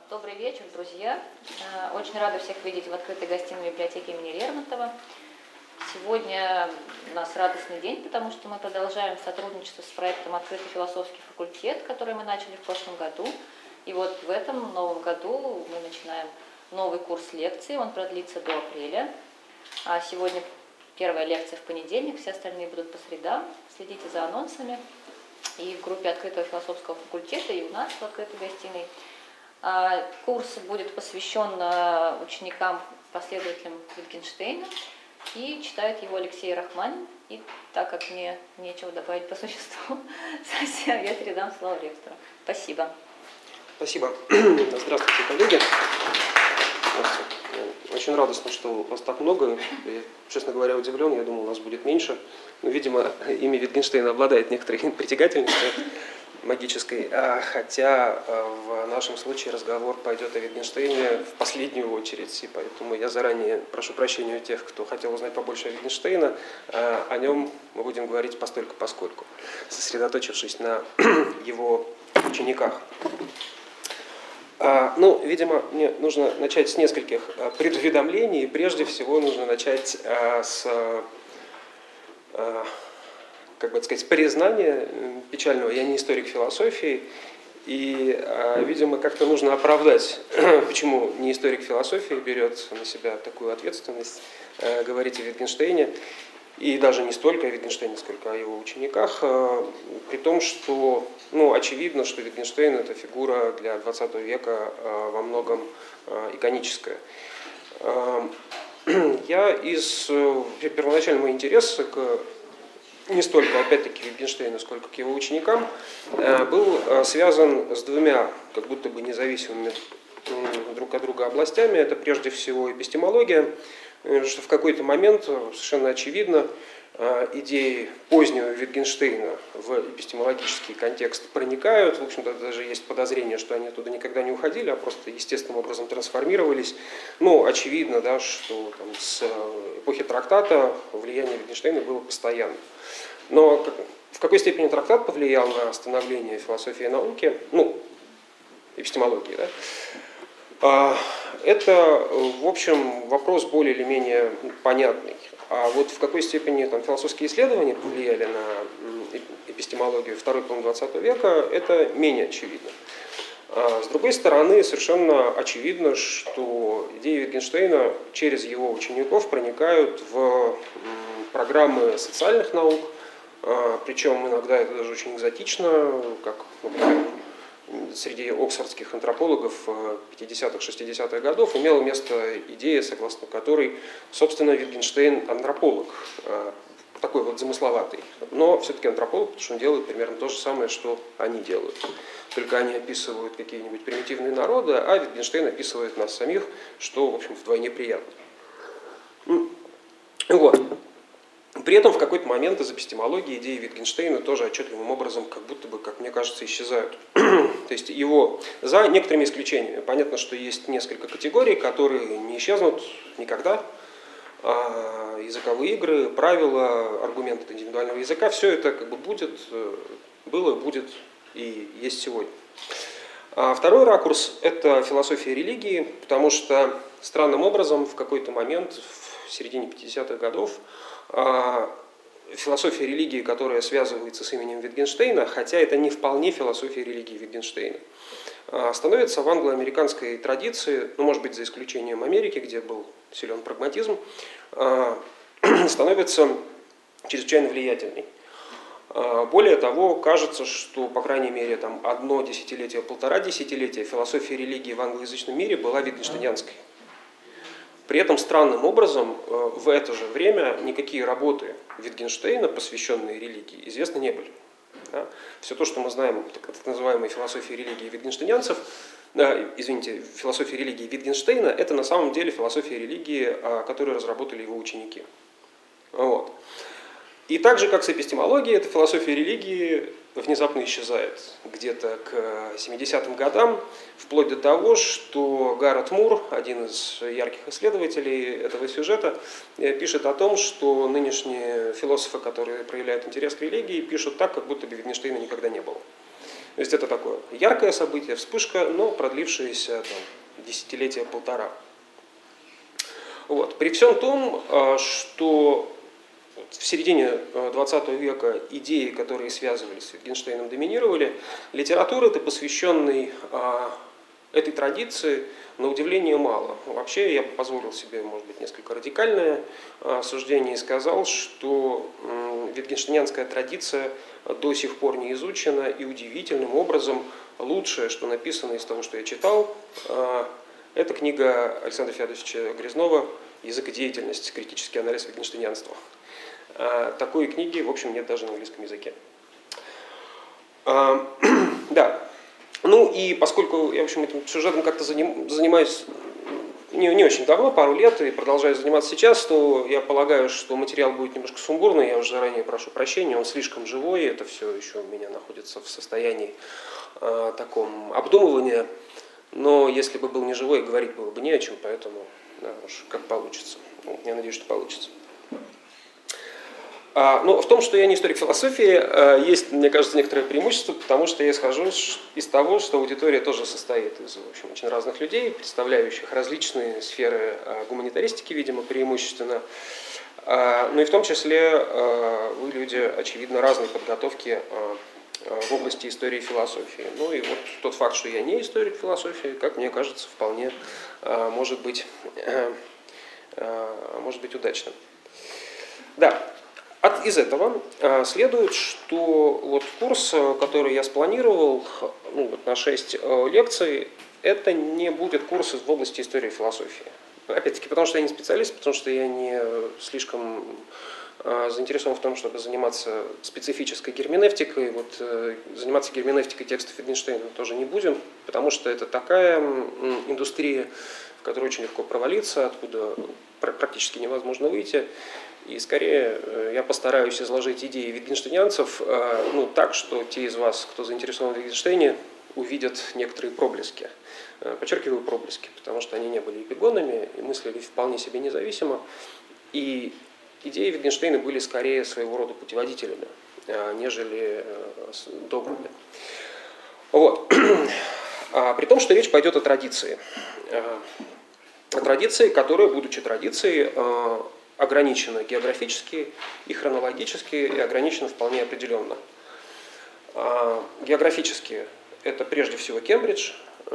Добрый вечер, друзья. Очень рада всех видеть в открытой гостиной библиотеки имени Лермонтова. Сегодня у нас радостный день, потому что мы продолжаем сотрудничество с проектом «Открытый философский факультет», который мы начали в прошлом году. И вот в этом новом году мы начинаем новый курс лекций, он продлится до апреля. А сегодня первая лекция в понедельник, все остальные будут по средам. Следите за анонсами. И в группе Открытого философского факультета, и у нас в открытой гостиной. Курс будет посвящен ученикам, последователям Wittgensteina, и читает его Алексей Рахманин. И так как мне нечего добавить по существу, совсем я передам слово ректору. Спасибо. Спасибо. Здравствуйте, коллеги. Очень радостно, что вас так много. Я, честно говоря, удивлен. Я думал, у нас будет меньше. Но, видимо, имя Wittgensteina обладает некоторой притягательностью магической. Хотя в нашем случае разговор пойдет о Wittgensteine в последнюю очередь. И поэтому я заранее прошу прощения у тех, кто хотел узнать побольше о Wittgensteina. О нем мы будем говорить постольку-поскольку, сосредоточившись на его учениках. Видимо, мне нужно начать с нескольких предуведомлений. Прежде всего, нужно начать с, с признания печального. Я не историк философии, и, видимо, как-то нужно оправдать, почему не историк философии берет на себя такую ответственность говорить о Wittgensteine. И даже не столько о Wittgensteine, сколько о его учениках, при том, что очевидно, что Wittgenstein – это фигура для XX века во многом иконическая. Я из первоначального интереса не столько, опять-таки, Wittgensteinu, сколько к его ученикам, был связан с двумя, как будто бы независимыми друг от друга областями. Это прежде всего эпистемология, что в какой-то момент совершенно очевидно идеи позднего Wittgensteina в эпистемологический контекст проникают. В общем-то, даже есть подозрение, что они оттуда никогда не уходили, а просто естественным образом трансформировались. Очевидно, да, что с эпохи трактата влияние Wittgensteina было постоянным. Но в какой степени трактат повлиял на становление философии и науки, эпистемологии, да? Это, в общем, вопрос более или менее понятный. А вот в какой степени философские исследования повлияли на эпистемологию второй половины XX века, это менее очевидно. С другой стороны, совершенно очевидно, что идеи Wittgensteina через его учеников проникают в программы социальных наук, причем иногда это даже очень экзотично, как, например, среди оксфордских антропологов 50-х, 60-х годов имела место идея, согласно которой, собственно, Wittgenstein антрополог, такой вот замысловатый, но все-таки антрополог, потому что он делает примерно то же самое, что они делают. Только они описывают какие-нибудь примитивные народы, а Wittgenstein описывает нас самих, что, в общем, вдвойне приятно. Вот. При этом в какой-то момент из эпистемологии идеи Wittgensteina тоже отчетливым образом, как будто бы, как мне кажется, исчезают. То есть его, за некоторыми исключениями, понятно, что есть несколько категорий, которые не исчезнут никогда. Языковые игры, правила, аргументы индивидуального языка, все это будет, было, будет и есть сегодня. Второй ракурс – это философия религии, потому что странным образом в какой-то момент, в середине 50-х годов, философия религии, которая связывается с именем Wittgensteina, хотя это не вполне философия религии Wittgensteina, становится в англо-американской традиции, может быть, за исключением Америки, где был силен прагматизм, становится чрезвычайно влиятельной. Более того, кажется, что, по крайней мере, одно десятилетие, полтора десятилетия философия религии в англоязычном мире была wittgensteiniанской. При этом странным образом в это же время никакие работы Wittgensteina, посвященные религии, известны не были. Да? Все то, что мы знаем о так называемой философии религии wittgensteiniанцев, философии религии Wittgensteina, это на самом деле философия религии, которую разработали его ученики. Вот. И так же, как с эпистемологией, эта философия религии внезапно исчезает где-то к 70-м годам, вплоть до того, что Гаррет Мур, один из ярких исследователей этого сюжета, пишет о том, что нынешние философы, которые проявляют интерес к религии, пишут так, как будто бы Wittgensteina никогда не было. То есть это такое яркое событие, вспышка, но продлившееся там, десятилетия-полтора. Вот. При всем том, что в середине 20 века идеи, которые связывались с Wittgensteinом, доминировали, литературы-то, посвященной этой традиции, на удивление мало. Вообще я бы позволил себе, может быть, несколько радикальное суждение и сказал, что витгенштейнянская традиция до сих пор не изучена, и удивительным образом лучшее, что написано из того, что я читал, это книга Александра Феодосовича Грязнова «Языкодеятельность. Критический анализ витгенштейнянства». Такой книги, в общем, нет даже на английском языке. Да. Ну и поскольку я, в общем, этим сюжетом как-то занимаюсь не очень давно, пару лет, и продолжаю заниматься сейчас, то я полагаю, что материал будет немножко сумбурный, я уже заранее прошу прощения, он слишком живой, это все еще у меня находится в состоянии таком обдумывания, но если бы был не живой, говорить было бы не о чем, поэтому да, уж как получится. Я надеюсь, что получится. Но в том, что я не историк философии, есть, мне кажется, некоторое преимущество, потому что я исхожу из того, что аудитория тоже состоит из, в общем, очень разных людей, представляющих различные сферы гуманитаристики, видимо, преимущественно. Ну и в том числе вы люди, очевидно, разной подготовки в области истории и философии. Ну и вот тот факт, что я не историк философии, как мне кажется, вполне может быть удачным. Да. Из этого следует, что вот курс, который я спланировал на 6 лекций, это не будет курс в области истории и философии. Опять-таки, потому что я не специалист, потому что я не слишком заинтересован в том, чтобы заниматься специфической герменевтикой. Вот, заниматься герменевтикой текстов Wittgensteina тоже не будем, потому что это такая индустрия, в которой очень легко провалиться, откуда практически невозможно выйти. И скорее я постараюсь изложить идеи витгенштейнянцев так, что те из вас, кто заинтересован в Wittgensteiне, увидят некоторые проблески. Подчеркиваю проблески, потому что они не были эпигонами и мыслили вполне себе независимо. И идеи Wittgensteina были скорее своего рода путеводителями, нежели догмами. Вот. При том, что речь пойдет о традиции. О традиции, которая, будучи традицией, ограничена географически и хронологически, и ограничена вполне определенно. Географически это прежде всего Кембридж,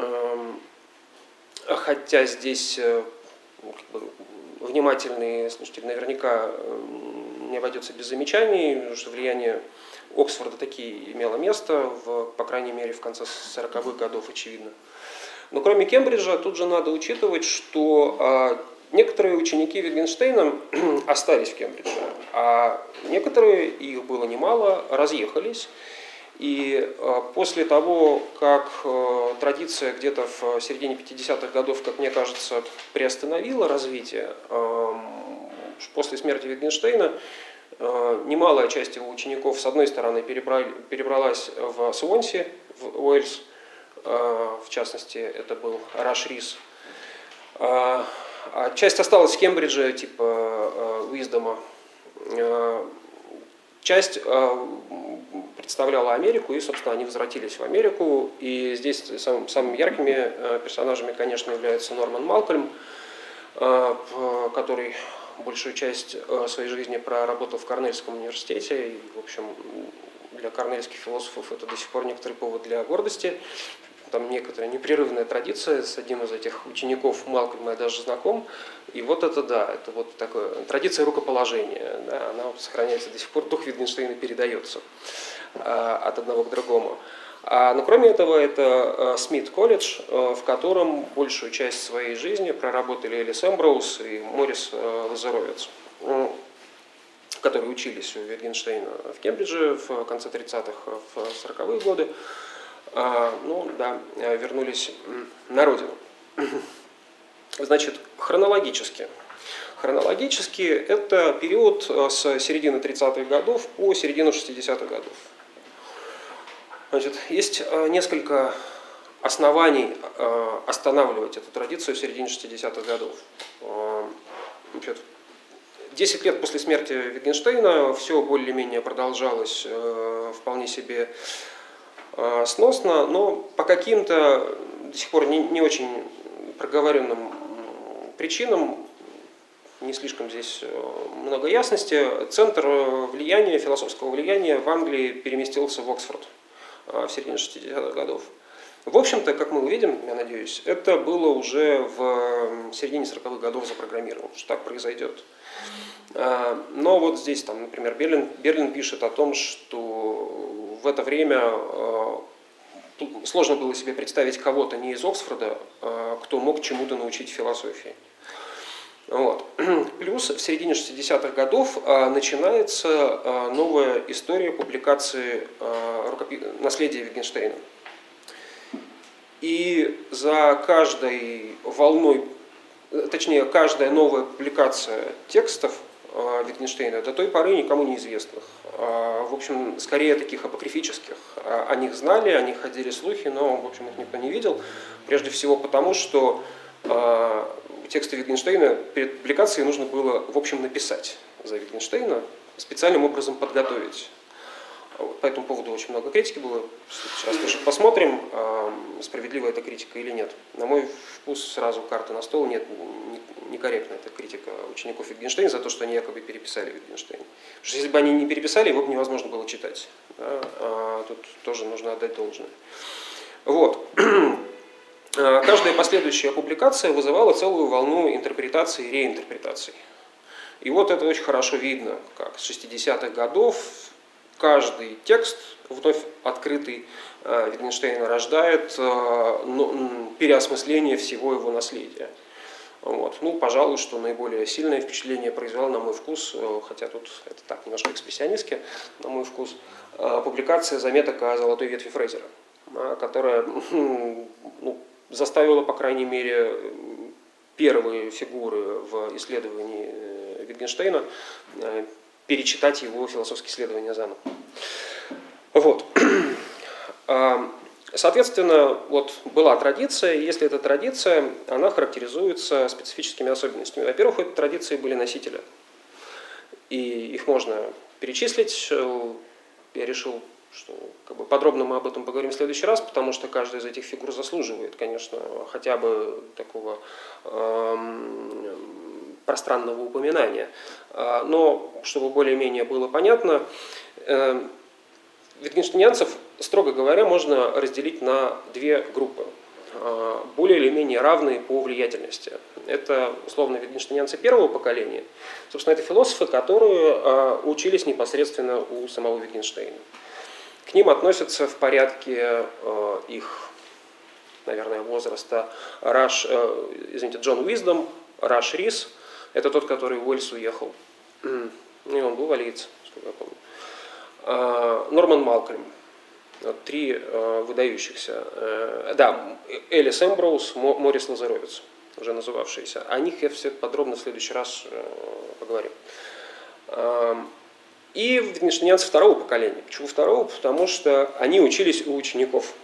хотя здесь внимательный слушатель наверняка не обойдется без замечаний, потому что влияние Оксфорда таки имело место, по крайней мере, в конце 40-х годов, очевидно. Но кроме Кембриджа, тут же надо учитывать, что некоторые ученики Wittgensteina остались в Кембридже, а некоторые, их было немало, разъехались. И после того, как традиция где-то в середине 50-х годов, как мне кажется, приостановила развитие, после смерти Wittgensteina немалая часть его учеников, с одной стороны, перебралась в Суонси, в Уэльс, в частности, это был Раш Рис. А часть осталась в Кембридже, типа Уиздома. Часть представляла Америку, и, собственно, они возвратились в Америку. И здесь самыми яркими персонажами, конечно, является Норман Малкольм, который большую часть своей жизни проработал в Корнельском университете. И, в общем, для корнельских философов это до сих пор некоторый повод для гордости. Там некоторая непрерывная традиция, с одним из этих учеников Малкольма я даже знаком. И вот это да, это вот такая традиция рукоположения. Да, она сохраняется до сих пор, дух Wittgensteina передается от одного к другому. Но кроме этого, это Смит колледж, в котором большую часть своей жизни проработали Элис Эмброуз и Морис Лазаровец, которые учились у Wittgensteina в Кембридже в конце 30-х, в 40-е годы. Вернулись на родину. Значит, хронологически. Хронологически это период с середины 30-х годов по середину 60-х годов. Значит, есть несколько оснований останавливать эту традицию в середине 60-х годов. Значит, 10 лет после смерти Wittgensteina все более-менее продолжалось вполне себе сносно, но по каким-то до сих пор не очень проговоренным причинам, не слишком здесь много ясности, центр влияния, философского влияния в Англии переместился в Оксфорд в середине 60-х годов. В общем-то, как мы увидим, я надеюсь, это было уже в середине 40-х годов запрограммировано, что так произойдет. Но вот здесь, там, например, Берлин пишет о том, что в это время сложно было себе представить кого-то не из Оксфорда, кто мог чему-то научить философии. Вот. Плюс в середине 60-х годов начинается новая история публикации наследия Wittgensteina. И за каждой волной, точнее, каждая новая публикация текстов Wittgensteina до той поры никому неизвестных. В общем, скорее таких апокрифических. О них знали, о них ходили слухи, но, в общем, их никто не видел. Прежде всего потому, что тексты Wittgensteina перед публикацией нужно было, в общем, написать за Wittgensteina, специальным образом подготовить. По этому поводу очень много критики было. Сейчас тоже посмотрим, справедлива эта критика или нет. На мой вкус сразу карта на стол. Нет, некорректна эта критика учеников Wittgensteina за то, что они якобы переписали Wittgenstein. Потому что если бы они не переписали, его бы невозможно было читать. Да? Тут тоже нужно отдать должное. Вот. Каждая последующая публикация вызывала целую волну интерпретаций и реинтерпретаций. И вот это очень хорошо видно, как с 60-х годов каждый текст, вновь открытый Wittgensteina, рождает переосмысление всего его наследия. Вот. Ну, пожалуй, что наиболее сильное впечатление произвела, на мой вкус, хотя тут это так немножко экспрессионистски, на мой вкус, публикация заметок о золотой ветви Фрейзера, которая заставила, по крайней мере, первые фигуры в исследовании Wittgensteina перечитать его философские исследования заново. Вот. Соответственно, вот была традиция, и если эта традиция, она характеризуется специфическими особенностями. Во-первых, у этой традиции были носители, и их можно перечислить. Я решил, что подробно мы об этом поговорим в следующий раз, потому что каждая из этих фигур заслуживает, конечно, хотя бы такого пространного упоминания. Но, чтобы более-менее было понятно, wittgensteiniанцев, строго говоря, можно разделить на две группы, более или менее равные по влиятельности. Это, условно, wittgensteiniанцы первого поколения. Собственно, это философы, которые учились непосредственно у самого Wittgensteina. К ним относятся в порядке их, наверное, возраста Джон Уиздом, Раш Рис. Это тот, который в Уэльс уехал. И он был валиец, сколько я помню. Норман Малкольм. Три выдающихся. Да, Элис Эмброуз, Морис Лазаровец, уже называвшиеся. О них я все подробно в следующий раз поговорим. И wittgensteiniанцы второго поколения. Почему второго? Потому что они учились у учеников.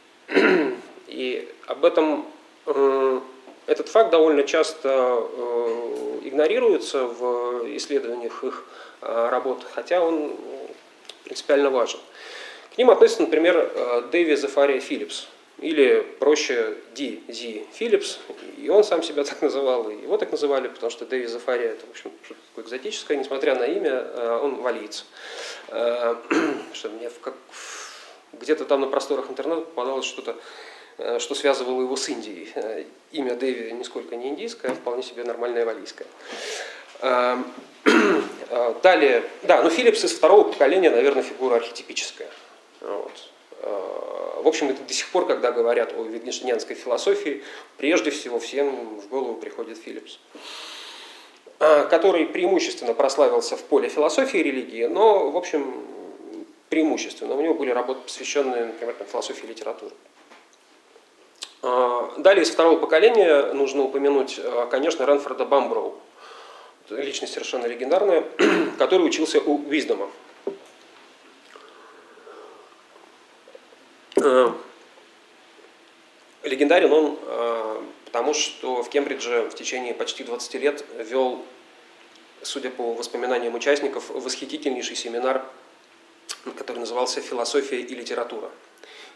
И об этом этот факт довольно часто игнорируется в исследованиях их работ, хотя он принципиально важен. К ним относится, например, Дэви Зефария Филлипс, или проще Ди Филлипс, и он сам себя так называл, и его так называли, потому что Дэви Зефария это, в общем, что-то такое экзотическое, несмотря на имя, он валиец. Что мне где-то там на просторах интернета попадалось что-то, что связывало его с Индией. Имя Дэви нисколько не индийское, а вполне себе нормальное валийское. Далее, да, но Филлипс из второго поколения, наверное, фигура архетипическая. Вот. В общем, это до сих пор, когда говорят о wittgensteiniанской философии, прежде всего всем в голову приходит Филлипс, который преимущественно прославился в поле философии и религии, но, в общем, преимущественно. У него были работы, посвященные, например, философии и литературе. Далее, из второго поколения нужно упомянуть, конечно, Ренфорда Бамброу, личность совершенно легендарная, который учился у Уиздома. Легендарен он, потому что в Кембридже в течение почти 20 лет вел, судя по воспоминаниям участников, восхитительнейший семинар, который назывался «Философия и литература».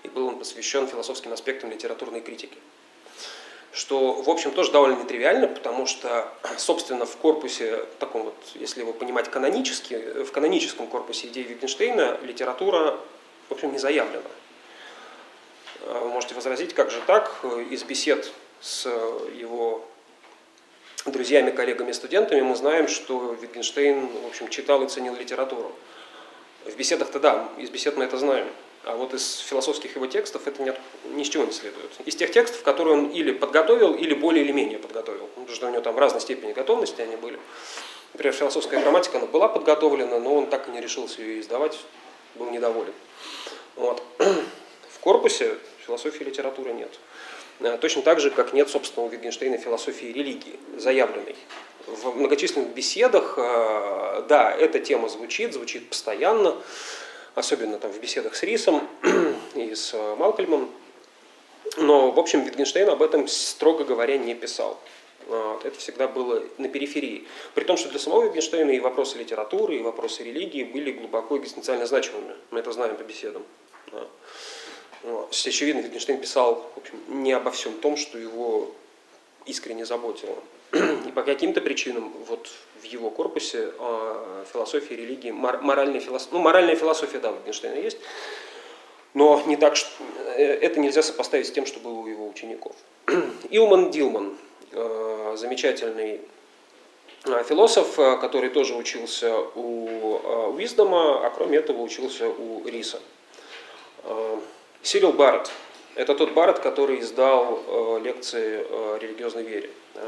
и был он посвящен философским аспектам литературной критики. Что, в общем, тоже довольно нетривиально, потому что, собственно, в корпусе, таком вот, если его понимать канонически, в каноническом корпусе идей Wittgenstein литература, в общем, не заявлена. Вы можете возразить, как же так? Из бесед с его друзьями, коллегами, студентами мы знаем, что Wittgenstein, в общем, читал и ценил литературу. В беседах-то да, из бесед мы это знаем. А вот из философских его текстов это ни с чего не следует. Из тех текстов, которые он или подготовил, или более или менее подготовил. Потому что у него там в разной степени готовности они были. Например, философская грамматика, она была подготовлена, но он так и не решился ее издавать, был недоволен. Вот. В корпусе философии и литературы нет. Точно так же, как нет, собственно, у Wittgenstein философии и религии, заявленной. В многочисленных беседах, да, эта тема звучит постоянно, особенно там в беседах с Рисом и с Малкольмом. Но, в общем, Wittgenstein об этом, строго говоря, не писал. Это всегда было на периферии. При том, что для самого Wittgenstein и вопросы литературы, и вопросы религии были глубоко экзистенциально значимыми. Мы это знаем по беседам. Очевидно, Wittgenstein писал, в общем, не обо всем том, что его искренне заботило. И по каким-то причинам вот в его корпусе философия религии, моральная философия, да, у Wittgenstein есть, но не так, что это нельзя сопоставить с тем, что было у его учеников. Илман Дилман, замечательный философ, который тоже учился у Уиздома, а кроме этого учился у Риса. Сирил Барретт. Это тот Барретт, который издал лекции о религиозной вере.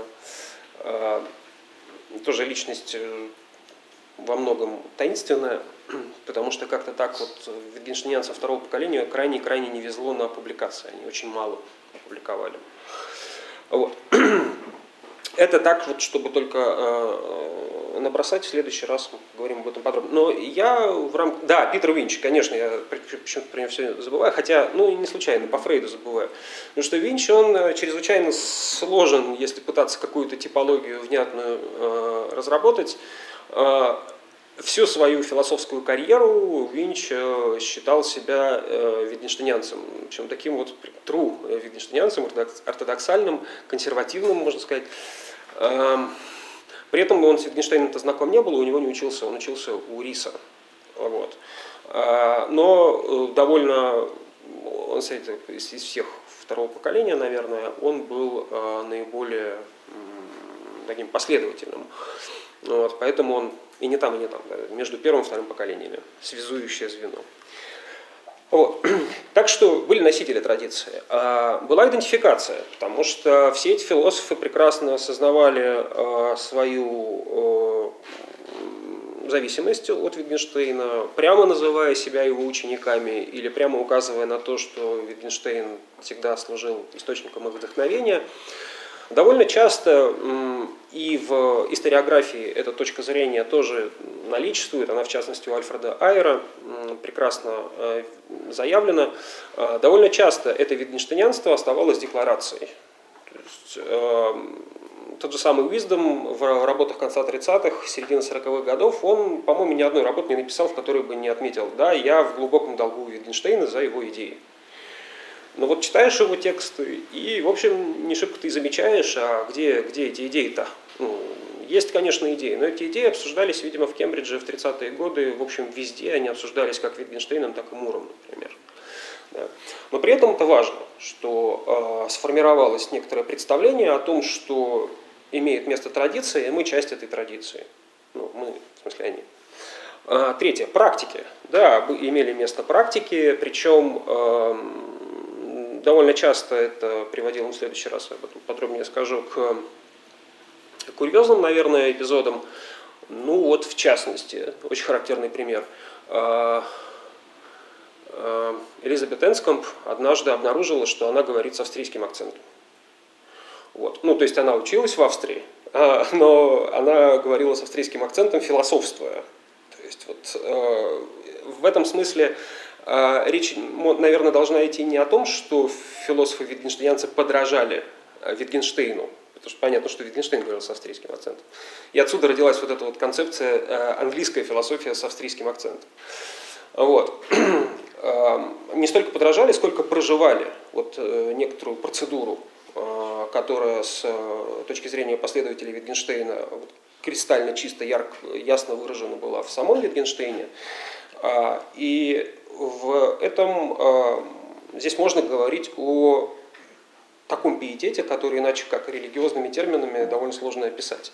Тоже личность во многом таинственная, потому что как-то так вот витгенштейнянцам второго поколения крайне-крайне не везло на публикации. Они очень мало опубликовали. Вот. Это так вот, чтобы только набросать, в следующий раз мы поговорим об этом подробно. Но я в рамках... Да, Питер Винч, конечно, я почему-то про него все забываю, хотя, не случайно, по Фрейду забываю. Потому что Винч, он чрезвычайно сложен, если пытаться какую-то типологию внятную разработать. Всю свою философскую карьеру Винч считал себя витгенштейнянцем, причем таким вот true витгенштейнянцем, ортодоксальным, консервативным, можно сказать. При этом он с Wittgenstein-то знаком не был, у него не учился, он учился у Риса. Вот. Но довольно, он из всех второго поколения, наверное, он был наиболее таким последовательным. Вот. Поэтому он и не там, между первым и вторым поколениями, связующее звено. Вот. Так что были носители традиции. Была идентификация, потому что все эти философы прекрасно осознавали свою зависимость от Wittgenstein, прямо называя себя его учениками или прямо указывая на то, что Wittgenstein всегда служил источником их вдохновения. Довольно часто и в историографии эта точка зрения тоже наличествует, она в частности у Альфреда Айера прекрасно заявлена. Довольно часто это витгенштейнянство оставалось декларацией. То есть, тот же самый Уиздом в работах конца 30-х, середины 40-х годов, он, по-моему, ни одной работы не написал, в которой бы не отметил, да, я в глубоком долгу у Wittgensteina за его идеи. Но вот читаешь его тексты и, в общем, не шибко ты замечаешь, а где эти идеи-то? Есть, конечно, идеи, но эти идеи обсуждались, видимо, в Кембридже в 30-е годы, в общем, везде они обсуждались как Wittgensteiном, так и Муром, например. Да. Но при этом это важно, что сформировалось некоторое представление о том, что имеет место традиция, и мы часть этой традиции. Мы, в смысле, они. Третье. Практики. Да, имели место практики, причем довольно часто это приводило, в следующий раз об этом подробнее скажу, к курьезным, наверное, эпизодам. Вот в частности, очень характерный пример. Элизабет Энскомб однажды обнаружила, что она говорит с австрийским акцентом. Вот. То есть она училась в Австрии, но она говорила с австрийским акцентом, философствуя. То есть в этом смысле речь, наверное, должна идти не о том, что философы-витгенштейнянцы подражали Wittgensteinu, потому что понятно, что Wittgenstein говорил с австрийским акцентом. И отсюда родилась вот эта вот концепция английская философия с австрийским акцентом. Вот. не столько подражали, сколько проживали вот некоторую процедуру, которая с точки зрения последователей Wittgensteina кристально чисто, ясно выражена была в самом Wittgensteine. И в этом здесь можно говорить о таком пиетете, который иначе как религиозными терминами довольно сложно описать.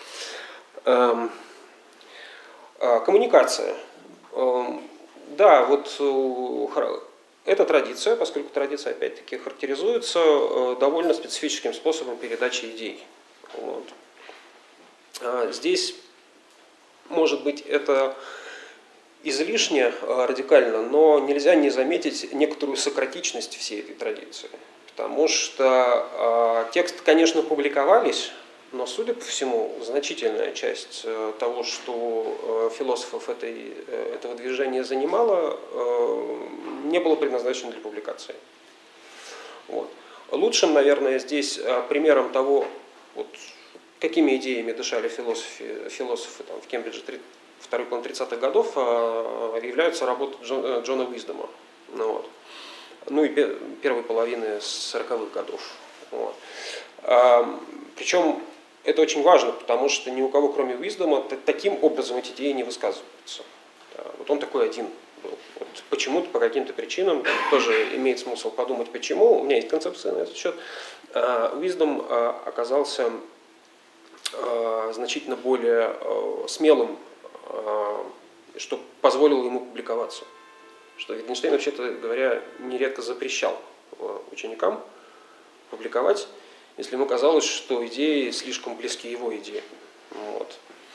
Коммуникация. Да, вот эта традиция, поскольку традиция опять-таки характеризуется довольно специфическим способом передачи идей. Вот. Здесь, может быть, это излишне радикально, но нельзя не заметить некоторую сократичность всей этой традиции. Потому что тексты, конечно, публиковались, но, судя по всему, значительная часть того, что философов этого движения занимало, не было предназначено для публикации. Вот. Лучшим, наверное, здесь примером того, вот, какими идеями дышали философы там, в Кембридже второй половины 30-х годов, являются работы Джона Уиздома. Ну и первой половины 40-х годов. Вот. Причем это очень важно, потому что ни у кого, кроме Уиздома, таким образом эти идеи не высказываются. Вот он такой один был. Вот почему-то, по каким-то причинам, тоже имеет смысл подумать, почему. У меня есть концепция на этот счет. Уиздом оказался значительно более смелым, что позволило ему публиковаться. Что Wittgenstein, вообще-то говоря, нередко запрещал ученикам публиковать, если ему казалось, что идеи слишком близки его идеям. Вот.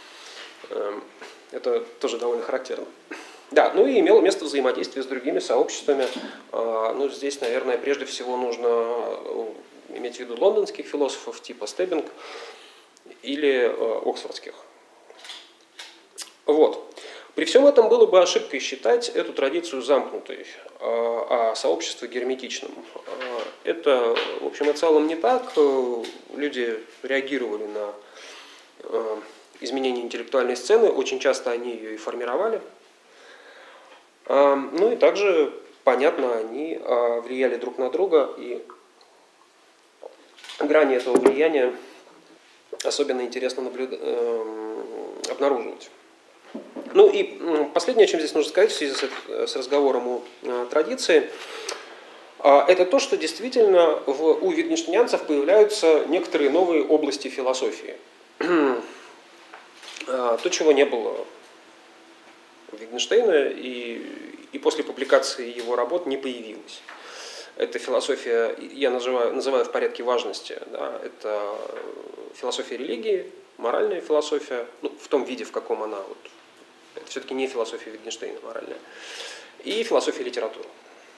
Это тоже довольно характерно. Да, ну и имело место взаимодействие с другими сообществами. Ну, здесь, наверное, прежде всего нужно иметь в виду лондонских философов типа Стеббинг или оксфордских. Вот. При всем этом было бы ошибкой считать эту традицию замкнутой, а сообщество герметичным. Это, в общем и целом, не так. Люди реагировали на изменения интеллектуальной сцены, очень часто они ее и формировали. Ну и также, понятно, они влияли друг на друга, и грани этого влияния особенно интересно обнаруживать. Ну и последнее, о чем здесь нужно сказать в связи с разговором о традиции, это то, что действительно у витгенштейнянцев появляются некоторые новые области философии. То, чего не было у Wittgensteina и после публикации его работ не появилось. Это философия, я называю в порядке важности, да, это философия религии, моральная философия, ну, в том виде, в каком она, вот, это все-таки не философия Wittgensteina моральная, и философия литературы.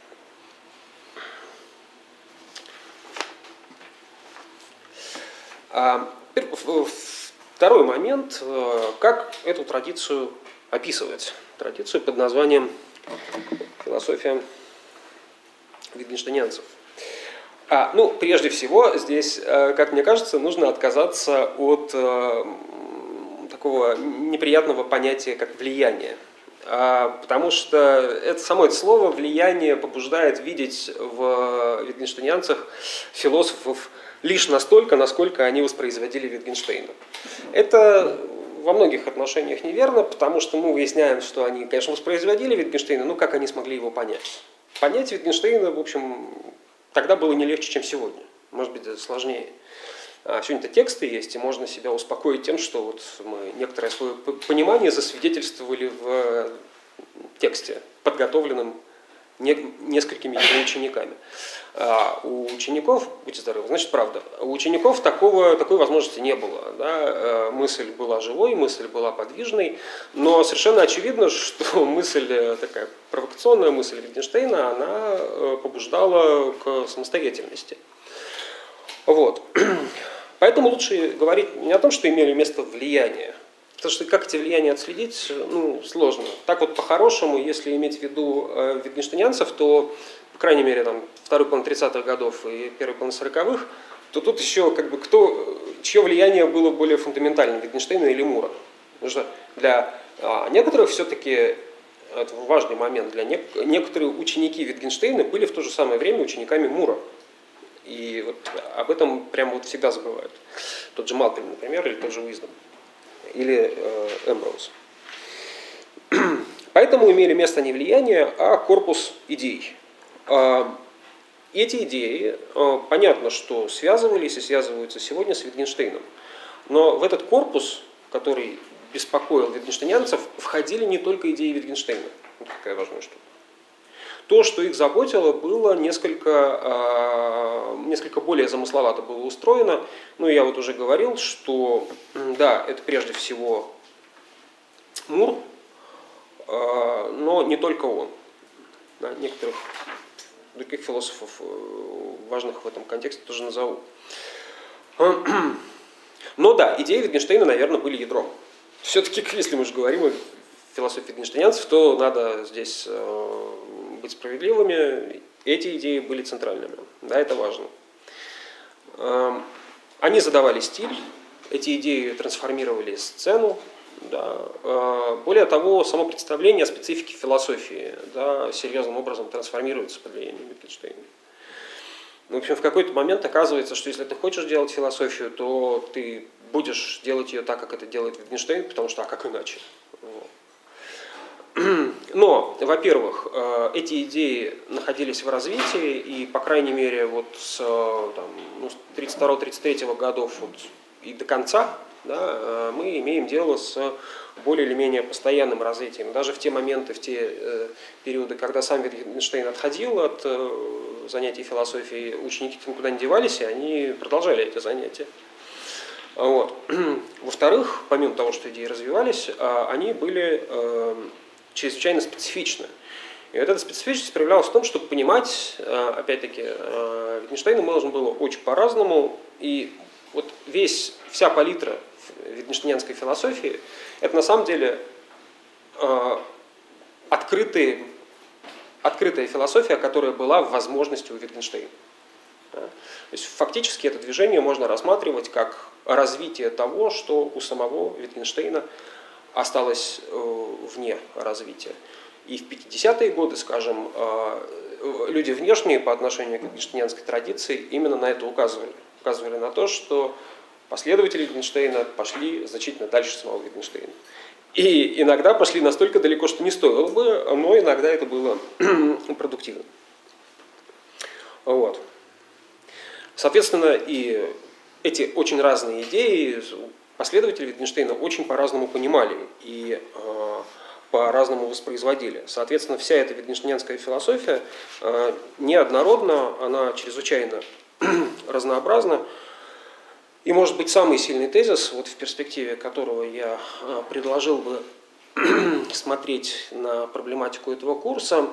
Второй момент, как эту традицию описывать. Традицию под названием философия витгенштейнянцев. Ну, прежде всего, здесь, как мне кажется, нужно отказаться от такого неприятного понятия, как влияние. Потому что само это слово «влияние» побуждает видеть в витгенштейнянцах философов лишь настолько, насколько они воспроизводили Wittgensteina. Это во многих отношениях неверно, потому что мы выясняем, что они, конечно, воспроизводили Wittgensteina, но как они смогли его понять? Понять Wittgensteina, в общем, тогда было не легче, чем сегодня. Может быть, даже сложнее. Сегодня-то тексты есть, и можно себя успокоить тем, что вот мы некоторое свое понимание засвидетельствовали в тексте, подготовленном несколькими его учениками. У учеников, будьте здоровы, значит правда, у учеников такой возможности не было. Да? Мысль была живой, мысль была подвижной, но совершенно очевидно, что мысль такая провокационная, мысль Wittgensteina, она побуждала к самостоятельности. Вот. Поэтому лучше говорить не о том, что имели место влияния. Потому что как эти влияния отследить, сложно. Так вот, по-хорошему, если иметь в виду витгенштейнянцев, то, по крайней мере, там, второй половины 30-х годов и первой половины 40-х, то тут еще чье влияние было более фундаментальным, Wittgensteina или Мура. Потому что для некоторых все-таки это важный момент, некоторые ученики Wittgensteina были в то же самое время учениками Мура. И вот об этом прямо вот всегда забывают. Тот же Малпин, например, или тот же Уиздом, или Эмброуз. Поэтому имели место не влияние, а корпус идей. Эти идеи, понятно, что связывались и связываются сегодня с Wittgensteinом. Но в этот корпус, который беспокоил витгенштейнянцев, входили не только идеи Wittgensteina. Вот такая важная штука. То, что их заботило, было несколько более замысловато было устроено. Ну, я вот уже говорил, что, да, это прежде всего Мур, но не только он. Да, некоторых других философов, важных в этом контексте, тоже назову. Но да, идеи Wittgensteina, наверное, были ядром. Все-таки, если мы же говорим о философии wittgensteinянцев, то надо здесь быть справедливыми. Эти идеи были центральными. Да, это важно. Они задавали стиль, эти идеи трансформировали сцену. Да. Более того, само представление о специфике философии, да, серьезным образом трансформируется под влиянием Wittgensteina. В общем, в какой-то момент оказывается, что если ты хочешь делать философию, то ты будешь делать ее так, как это делает Wittgenstein, потому что, а как иначе? Но, во-первых, эти идеи находились в развитии, и, по крайней мере, вот с 1932-1933 годов вот, и до конца, да, мы имеем дело с более или менее постоянным развитием. Даже в те моменты, в те периоды, когда сам Wittgenstein отходил от занятий философией, ученики никуда не девались, и они продолжали эти занятия. Вот. Во-вторых, помимо того, что идеи развивались, они были чрезвычайно специфичны. И вот эта специфичность проявлялась в том, чтобы понимать, опять-таки, Wittgensteina можно было очень по-разному, и вот вся палитра wittgensteiniанской философии – это на самом деле открытая философия, которая была в возможности у Wittgensteina. То есть фактически это движение можно рассматривать как развитие того, что у самого Wittgensteina осталось вне развития. И в 50-е годы, скажем, люди внешние по отношению к wittgensteiniанской традиции именно на это указывали. Указывали на то, что последователи Wittgensteina пошли значительно дальше самого Wittgensteina. И иногда пошли настолько далеко, что не стоило бы, но иногда это было продуктивно. Вот. Соответственно, и эти очень разные идеи последователи Wittgensteina очень по-разному понимали и по-разному воспроизводили. Соответственно, вся эта wittgensteiniанская философия неоднородна, она чрезвычайно разнообразна. И, может быть, самый сильный тезис, вот в перспективе которого я предложил бы смотреть на проблематику этого курса,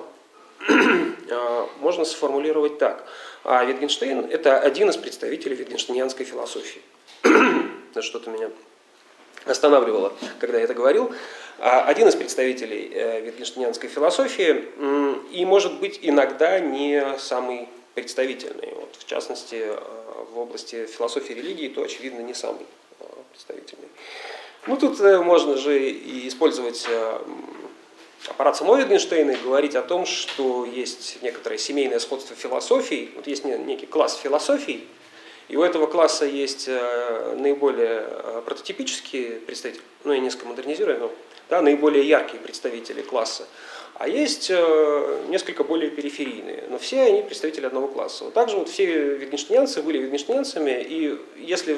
можно сформулировать так. Wittgenstein – это один из представителей wittgensteiniанской философии. Что-то меня останавливало, когда я это говорил. Один из представителей wittgensteiniанской философии и, может быть, иногда не самый представительный. Вот, в частности, в области философии религии, то, очевидно, не самый представительный. Ну, тут можно же и использовать аппарат самого Wittgensteina и говорить о том, что есть некоторое семейное сходство философий. Вот есть некий класс философий, и у этого класса есть наиболее прототипические представители, ну, я несколько модернизирую, но да, наиболее яркие представители класса, а есть несколько более периферийные, но все они представители одного класса. Вот также вот все wittgensteiniанцы были wittgensteiniанцами, и если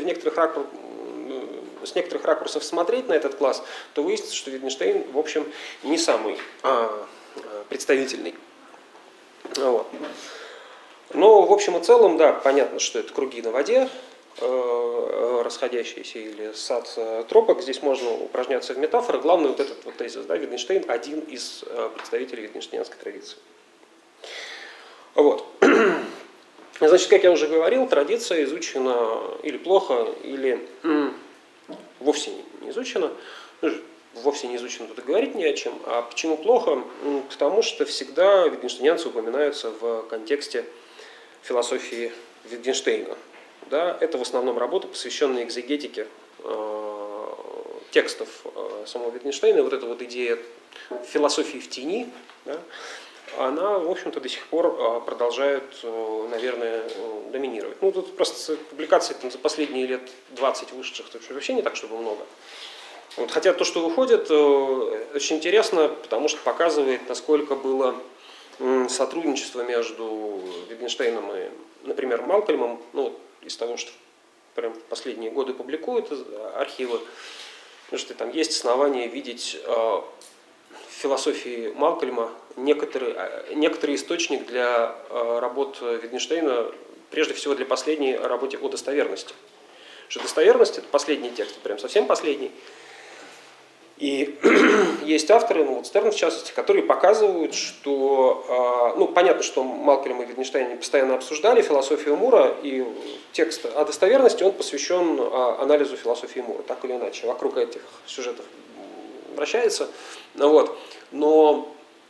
с некоторых ракурсов смотреть на этот класс, то выяснится, что Wittgenstein, в общем, не самый представительный. Вот. Но в общем и целом, да, понятно, что это круги на воде, расходящиеся, или сад тропок. Здесь можно упражняться в метафорах. Главное вот этот вот тезис, да, Wittgenstein один из представителей wittgensteiniанской традиции. Вот. Значит, как я уже говорил, традиция изучена или плохо, или вовсе не изучена. Вовсе не изучено, тут и говорить не о чем. А почему плохо? Потому что всегда wittgensteiniанцы упоминаются в контексте философии Wittgensteina. Да, это в основном работа, посвященная экзегетике текстов самого Wittgensteina, вот эта вот идея философии в тени, да, она, в общем-то, до сих пор продолжает, наверное, доминировать. Ну, тут просто публикаций там, за последние лет 20 вышедших вообще не так, чтобы много. Вот, хотя то, что выходит, очень интересно, потому что показывает, насколько было сотрудничество между Wittgensteinом и, например, Малкольмом, ну, из того, что прям в последние годы публикуют архивы, потому что там есть основания видеть в философии Малкольма некоторый источник для работ Wittgensteina, прежде всего для последней работы о достоверности. Что достоверность – это последний текст, прям совсем последний. И есть авторы, ну вот Стерн в частности, которые показывают, что, ну понятно, что Малкольм и Wittgenstein постоянно обсуждали философию Мура, и текст о достоверности, он посвящен анализу философии Мура, так или иначе, вокруг этих сюжетов вращается. Вот. Но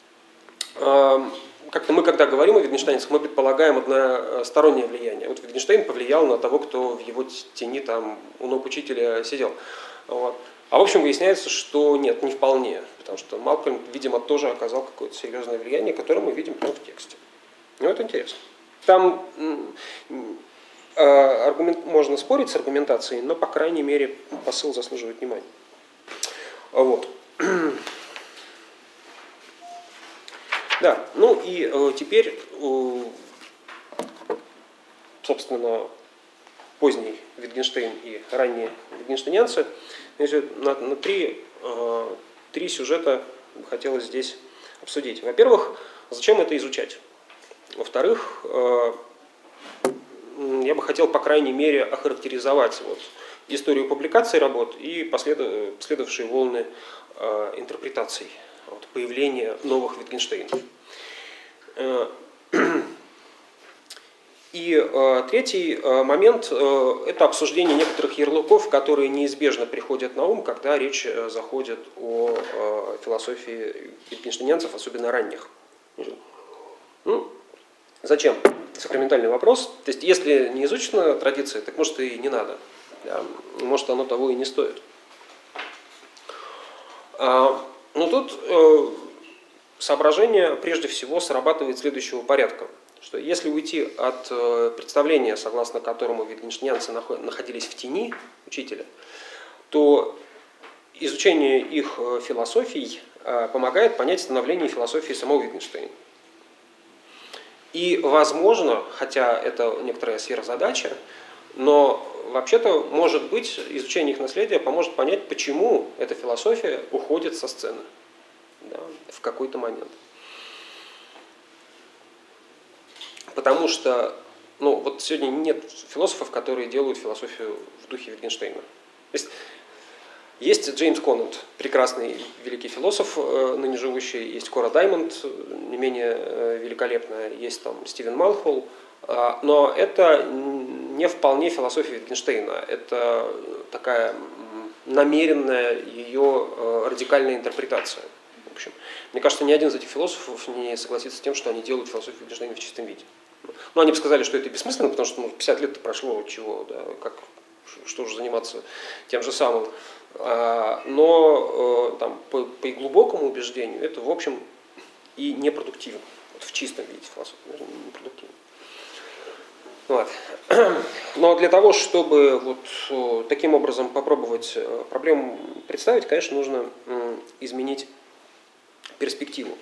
как-то мы, когда говорим о Wittgensteinцах, мы предполагаем одностороннее влияние. Вот Wittgenstein повлиял на того, кто в его тени там у ног учителя сидел. Вот. А в общем выясняется, что нет, не вполне, потому что Малкольм, видимо, тоже оказал какое-то серьезное влияние, которое мы видим прямо в тексте. Ну, это интересно. Там можно спорить с аргументацией, но, по крайней мере, посыл заслуживает внимания. Вот. Да, ну и теперь, собственно, поздний Wittgenstein и ранние wittgensteiniанцы. На три сюжета хотелось здесь обсудить. Во-первых, зачем это изучать? Во-вторых, я бы хотел, по крайней мере, охарактеризовать вот историю публикации работ и последовавшие волны интерпретаций, вот, появления новых Wittgensteinов. И третий момент – это обсуждение некоторых ярлыков, которые неизбежно приходят на ум, когда речь заходит о философии wittgensteiniанцев, особенно ранних. Ну, зачем? Сакраментальный вопрос. То есть, если не изучена традиция, так может и не надо. Да? Может, оно того и не стоит. Но тут соображение прежде всего срабатывает следующего порядка. Что если уйти от представления, согласно которому wittgensteiniанцы находились в тени учителя, то изучение их философий помогает понять становление философии самого Wittgensteina. И, возможно, хотя это некоторая сверхзадача, но вообще-то, может быть, изучение их наследия поможет понять, почему эта философия уходит со сцены, да, в какой-то момент. Потому что, ну, вот сегодня нет философов, которые делают философию в духе Wittgensteina. Есть Джеймс Конант, прекрасный великий философ, ныне живущий, есть Кора Даймонд, не менее великолепная, есть там Стивен Малхолл, но это не вполне философия Wittgensteina, это такая намеренная ее радикальная интерпретация. В общем, мне кажется, ни один из этих философов не согласится с тем, что они делают философию Wittgensteina в чистом виде. Ну, они бы сказали, что это бессмысленно, потому что 50 лет прошло, чего, да, что же заниматься тем же самым. Но там, по глубокому убеждению это, в общем, и непродуктивно. Вот в чистом виде философия непродуктивна. Вот. Но для того, чтобы вот таким образом попробовать проблему представить, конечно, нужно изменить перспективу.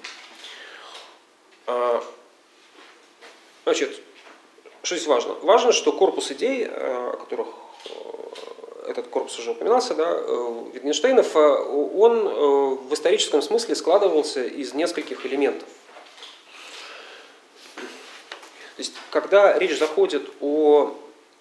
Значит, что здесь важно? Важно, что корпус идей, о которых этот корпус уже упоминался, да, Wittgensteinов, он в историческом смысле складывался из нескольких элементов. То есть, когда речь заходит о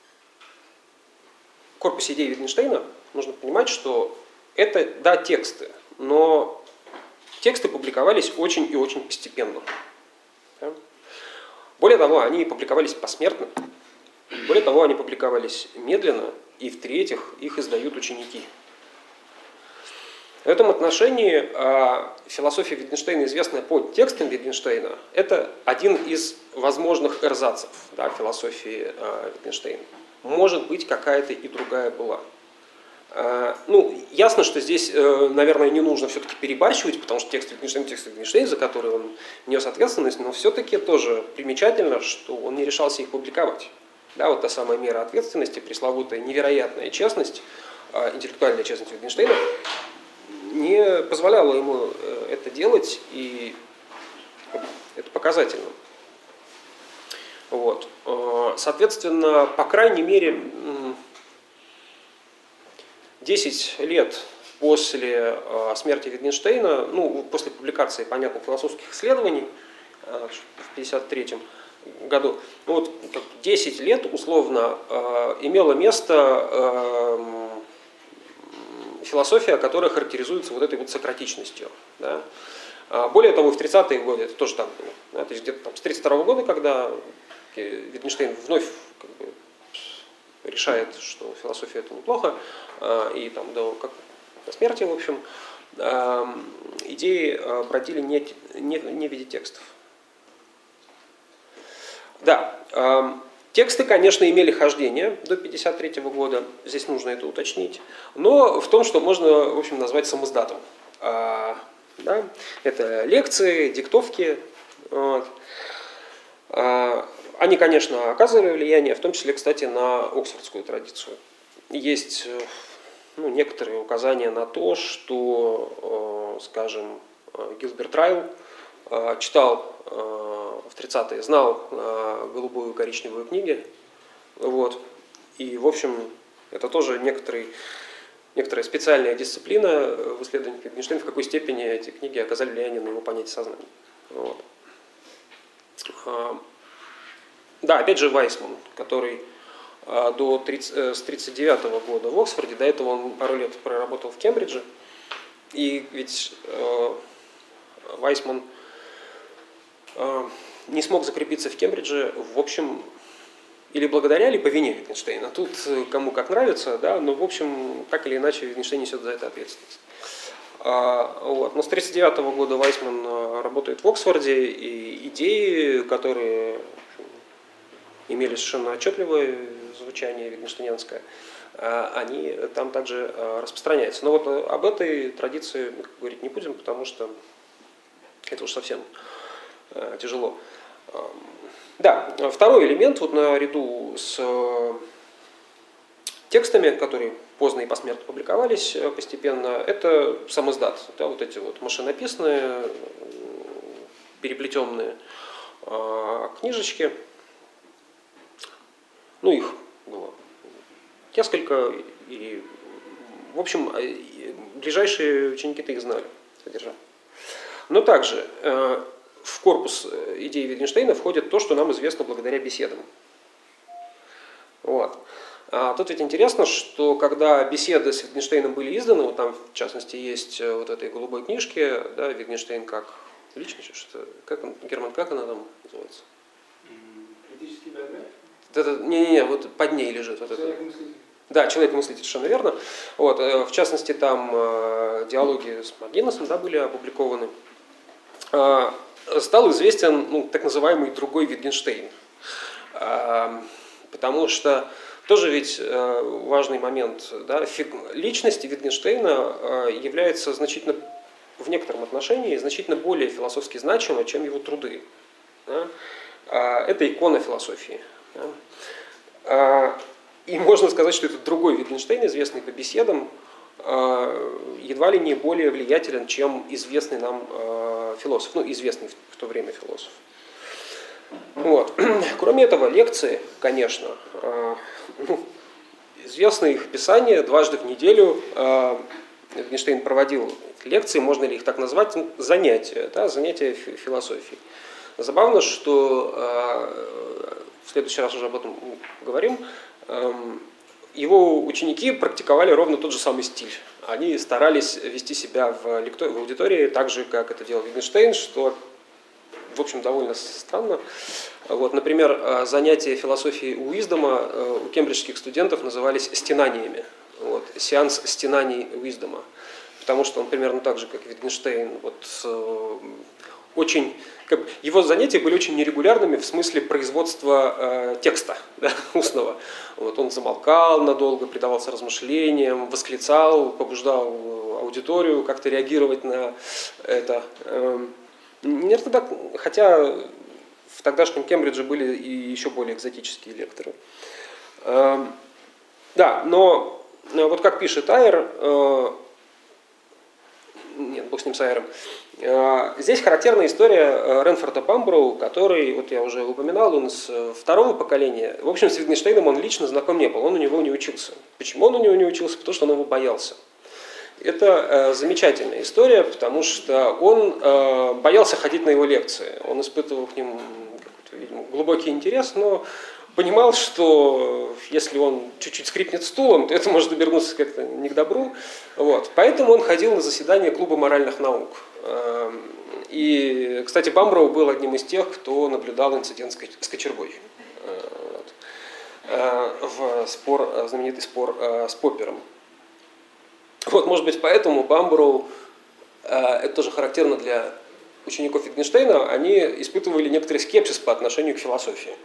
корпусе идей Wittgensteina, нужно понимать, что это, да, тексты, но тексты публиковались очень и очень постепенно. Да? Более того, они публиковались посмертно, более того, они публиковались медленно, и в-третьих, их издают ученики. В этом отношении философия Wittgensteina, известная по текстам Wittgensteina, это один из возможных эрзацев, да, философии Wittgensteina. Может быть, какая-то и другая была. Ну, ясно, что здесь, наверное, не нужно все-таки перебарщивать, потому что текст Wittgenstein, за который он нес ответственность, но все-таки тоже примечательно, что он не решался их публиковать. Да, вот та самая мера ответственности, пресловутая невероятная честность, интеллектуальная честность Wittgensteina, не позволяла ему это делать, и это показательно. Вот. Соответственно, по крайней мере, 10 лет после смерти Wittgensteina, ну, после публикации, понятно, философских исследований в 1953 году, ну, вот 10 лет условно имело место философия, которая характеризуется вот этой вот сократичностью. Да. Более того, в 30-е годы это тоже так было. Да, то есть где-то там с 1932 года, когда Wittgenstein вновь решает, что философия это неплохо, и там до смерти, в общем, идеи бродили не в виде текстов. Да, тексты, конечно, имели хождение до 1953 года, здесь нужно это уточнить, но в том, что можно, в общем, назвать самоздатом. Да? Это лекции, диктовки. Вот. Они, конечно, оказывали влияние, в том числе, кстати, на оксфордскую традицию. Есть некоторые указания на то, что, скажем, Гилберт Райл читал в 30-е, знал голубую и коричневую книги. Вот. И, в общем, это тоже некоторая специальная дисциплина в исследовании Wittgensteina, в какой степени эти книги оказали влияние на его понятие сознания. Вот. Да, опять же Вайсман, который с 1939 года в Оксфорде, до этого он пару лет проработал в Кембридже, и ведь Вайсман не смог закрепиться в Кембридже, в общем, или благодаря, или по вине Wittgensteina. Тут кому как нравится, да, но, в общем, так или иначе Wittgenstein несет за это ответственность. Вот. Но с 1939 года Вайсман работает в Оксфорде, и идеи, которые имели совершенно отчетливое звучание wittgensteiniанское, они там также распространяются. Но вот об этой традиции мы говорить не будем, потому что это уж совсем тяжело. Да, второй элемент, вот наряду с текстами, которые поздно и посмертно публиковались постепенно, это самоздат. Да, вот эти вот машинописные, переплетенные книжечки. Ну, их было несколько, и, в общем, ближайшие ученики-то их знали, содержание. Но также в корпус идей Wittgensteina входит то, что нам известно благодаря беседам. Вот. Тут ведь интересно, что когда беседы с Wittgensteiном были изданы, вот там, в частности, есть вот этой голубой книжке, да, Wittgenstein как личность, что, Герман, как она там называется? Критический биография? Не, вот под ней лежит. Вот Человек-мыслитель. Да, человек-мыслитель, совершенно верно. Вот, в частности, там диалоги с Маргинесом, да, были опубликованы. Стал известен так называемый другой Wittgenstein. Потому что тоже ведь важный момент. Да, личность Wittgensteina является значительно, в некотором отношении, значительно более философски значима, чем его труды. Да. Это икона философии. Да. И можно сказать, что этот другой Wittgenstein, известный по беседам, едва ли не более влиятелен, чем известный нам философ, известный в то время философ. Вот. Кроме этого, лекции, конечно, известно их писание дважды в неделю. Wittgenstein проводил лекции, можно ли их так назвать, занятия, да, занятия философией. Забавно, что в следующий раз уже об этом говорим. Его ученики практиковали ровно тот же самый стиль. Они старались вести себя в аудитории так же, как это делал Wittgenstein, что, в общем, довольно странно. Вот, например, занятия философии Уиздома у кембриджских студентов назывались стенаниями. Вот, сеанс стенаний Уиздома. Потому что он примерно так же, как Wittgenstein, очень, его занятия были очень нерегулярными в смысле производства текста, да, устного. Вот, он замолкал надолго, предавался размышлениям, восклицал, побуждал аудиторию как-то реагировать на это. Хотя в тогдашнем Кембридже были и еще более экзотические лекторы. Да, но вот как пишет Айер, нет, бог с ним с Айером, здесь характерная история Ренфорда Бамброу, который, вот я уже упоминал, он из второго поколения. В общем, с Витгенштейном он лично знаком не был, он у него не учился. Почему он у него не учился? Потому что он его боялся. Это замечательная история, потому что он боялся ходить на его лекции. Он испытывал к ним, видимо, глубокий интерес, но понимал, что если он чуть-чуть скрипнет стулом, то это может обернуться как-то не к добру. Вот. Поэтому он ходил на заседания клуба моральных наук. И, кстати, Бамброу был одним из тех, кто наблюдал инцидент с кочергой. Знаменитый спор с Поппером. Вот, может быть, поэтому Бамброу, это тоже характерно для учеников Витгенштейна, они испытывали некоторый скепсис по отношению к философии.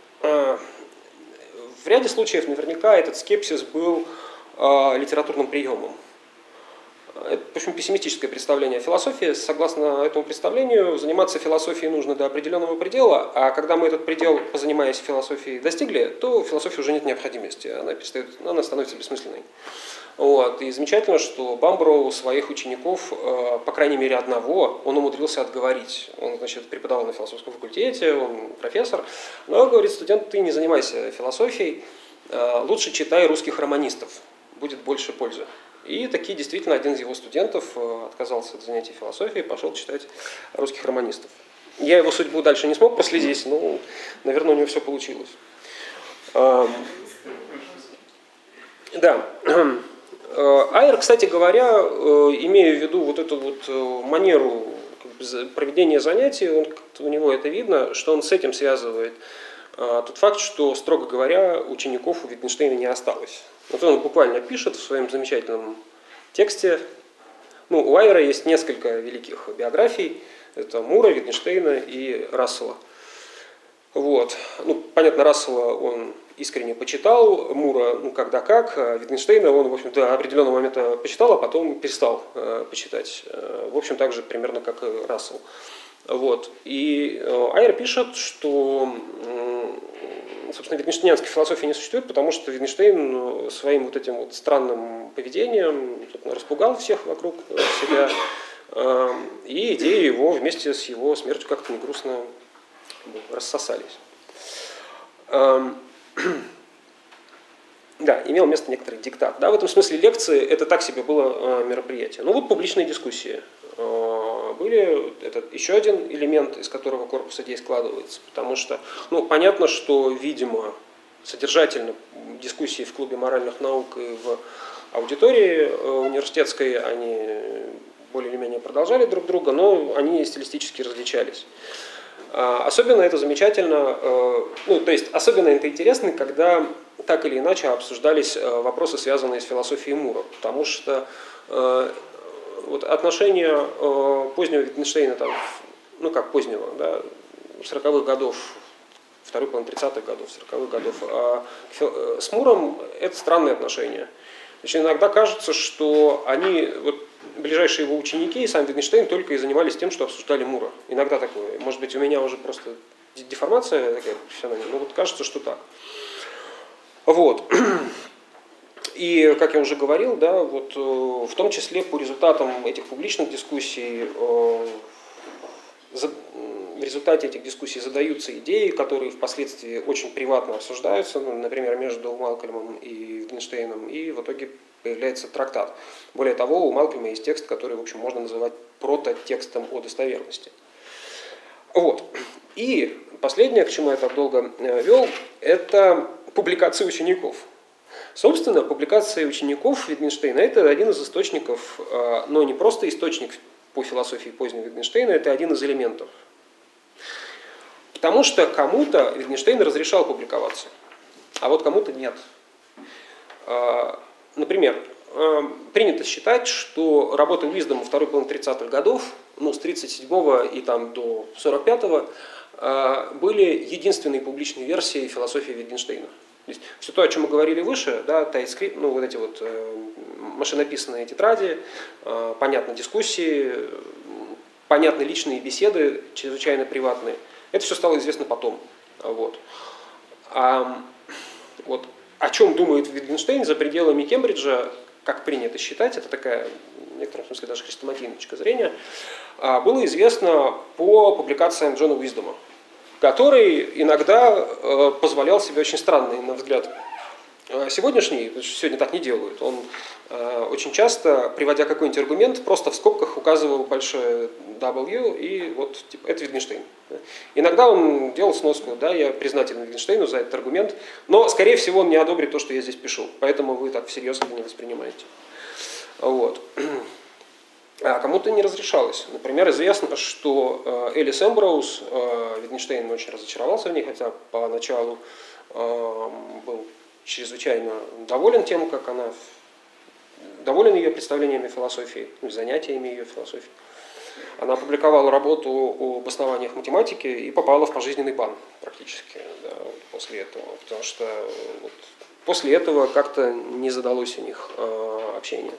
В ряде случаев наверняка этот скепсис был литературным приемом. Это, в общем, пессимистическое представление о философии. Согласно этому представлению, заниматься философией нужно до определенного предела, а когда мы этот предел, позанимаясь философией, достигли, то в философии уже нет необходимости, она становится бессмысленной. Вот. И замечательно, что Бамброу своих учеников, по крайней мере одного, он умудрился отговорить. Он, значит, преподавал на философском факультете, он профессор, но говорит: студент, ты не занимайся философией, лучше читай русских романистов, будет больше пользы. И таки действительно один из его студентов отказался от занятий философией, пошел читать русских романистов. Я его судьбу дальше не смог проследить, но, наверное, у него все получилось. Да. Айер, кстати говоря, имея в виду вот эту вот манеру проведения занятий, у него это видно, что он с этим связывает тот факт, что, строго говоря, учеников у Витгенштейна не осталось. Вот он буквально пишет в своем замечательном тексте. У Айера есть несколько великих биографий. Это Мура, Витгенштейна и Рассела. Вот. Понятно, Рассела он искренне почитал, Мура, когда как, а Витгенштейна он, в общем, до определенного момента почитал, а потом перестал почитать. В общем, так же примерно, как и Рассел. Вот. И Айер пишет, что, собственно, витгенштейнской философии не существует, потому что Витгенштейн своим вот этим вот странным поведением распугал всех вокруг себя, и идеи его вместе с его смертью как-то не грустно рассосались. Да, имел место некоторый диктат. Да, в этом смысле лекции это так себе было мероприятие. Публичные дискуссии были. Это еще один элемент, из которого корпус идей складывается. Потому что, понятно, что, видимо, содержательно дискуссии в клубе моральных наук и в аудитории университетской, они более или менее продолжали друг друга, но они стилистически различались. Особенно это замечательно, особенно это интересно, когда так или иначе обсуждались вопросы, связанные с философией Мура, потому что отношения позднего Витгенштейна, как позднего, да, 40-х годов, второй половины 30-х годов, 40-х годов, с Муром это странные отношения. Значит, иногда кажется, что они, ближайшие его ученики и сам Витгенштейн только и занимались тем, что обсуждали Мура. Иногда такое. Может быть, у меня уже просто деформация такая профессиональная, но кажется, что так. Вот. И, как я уже говорил, да, в том числе по результатам этих публичных дискуссий, в результате этих дискуссий задаются идеи, которые впоследствии очень приватно обсуждаются, например, между Малкольмом и Витгенштейном, и в итоге появляется трактат. Более того, у Малкольма есть текст, который, в общем, можно называть прототекстом о достоверности. Вот. И последнее, к чему я так долго вел, это публикации учеников. Собственно, публикации учеников Витгенштейна – это один из источников, но не просто источник по философии позднего Витгенштейна, это один из элементов. Потому что кому-то Витгенштейн разрешал публиковаться, а вот кому-то нет. Например, принято считать, что работы Уиздома второй половины 30-х годов, ну, с 37-го и там до 45-го, были единственной публичной версией философии Wittgensteina. То есть все то, о чем мы говорили выше, да, TypeScript, ну, вот эти вот машинописные тетради, понятно, дискуссии, понятны личные беседы, чрезвычайно приватные, это все стало известно потом. Вот. Вот. О чем думает Wittgenstein за пределами Кембриджа, как принято считать, это такая, в некотором смысле, даже хрестоматийная точка зрения, было известно по публикациям Джона Уиздома, который иногда позволял себе очень странные, на взгляд, сегодняшний, потому что сегодня так не делают, он очень часто, приводя какой-нибудь аргумент, просто в скобках указывал большое W, и вот типа, это Wittgenstein. Иногда он делал сноску, да, я признателен Wittgensteinu за этот аргумент, но, скорее всего, он не одобрит то, что я здесь пишу, поэтому вы так всерьез это не воспринимаете. Вот. А кому-то не разрешалось. Например, известно, что Элис Эмброуз, Wittgenstein очень разочаровался в ней, хотя поначалу был чрезвычайно доволен тем, как она, доволен ее представлениями философии, занятиями ее философии. Она опубликовала работу об основаниях математики и попала в пожизненный бан практически, да, после этого, потому что вот, после этого как-то не задалось у них общение.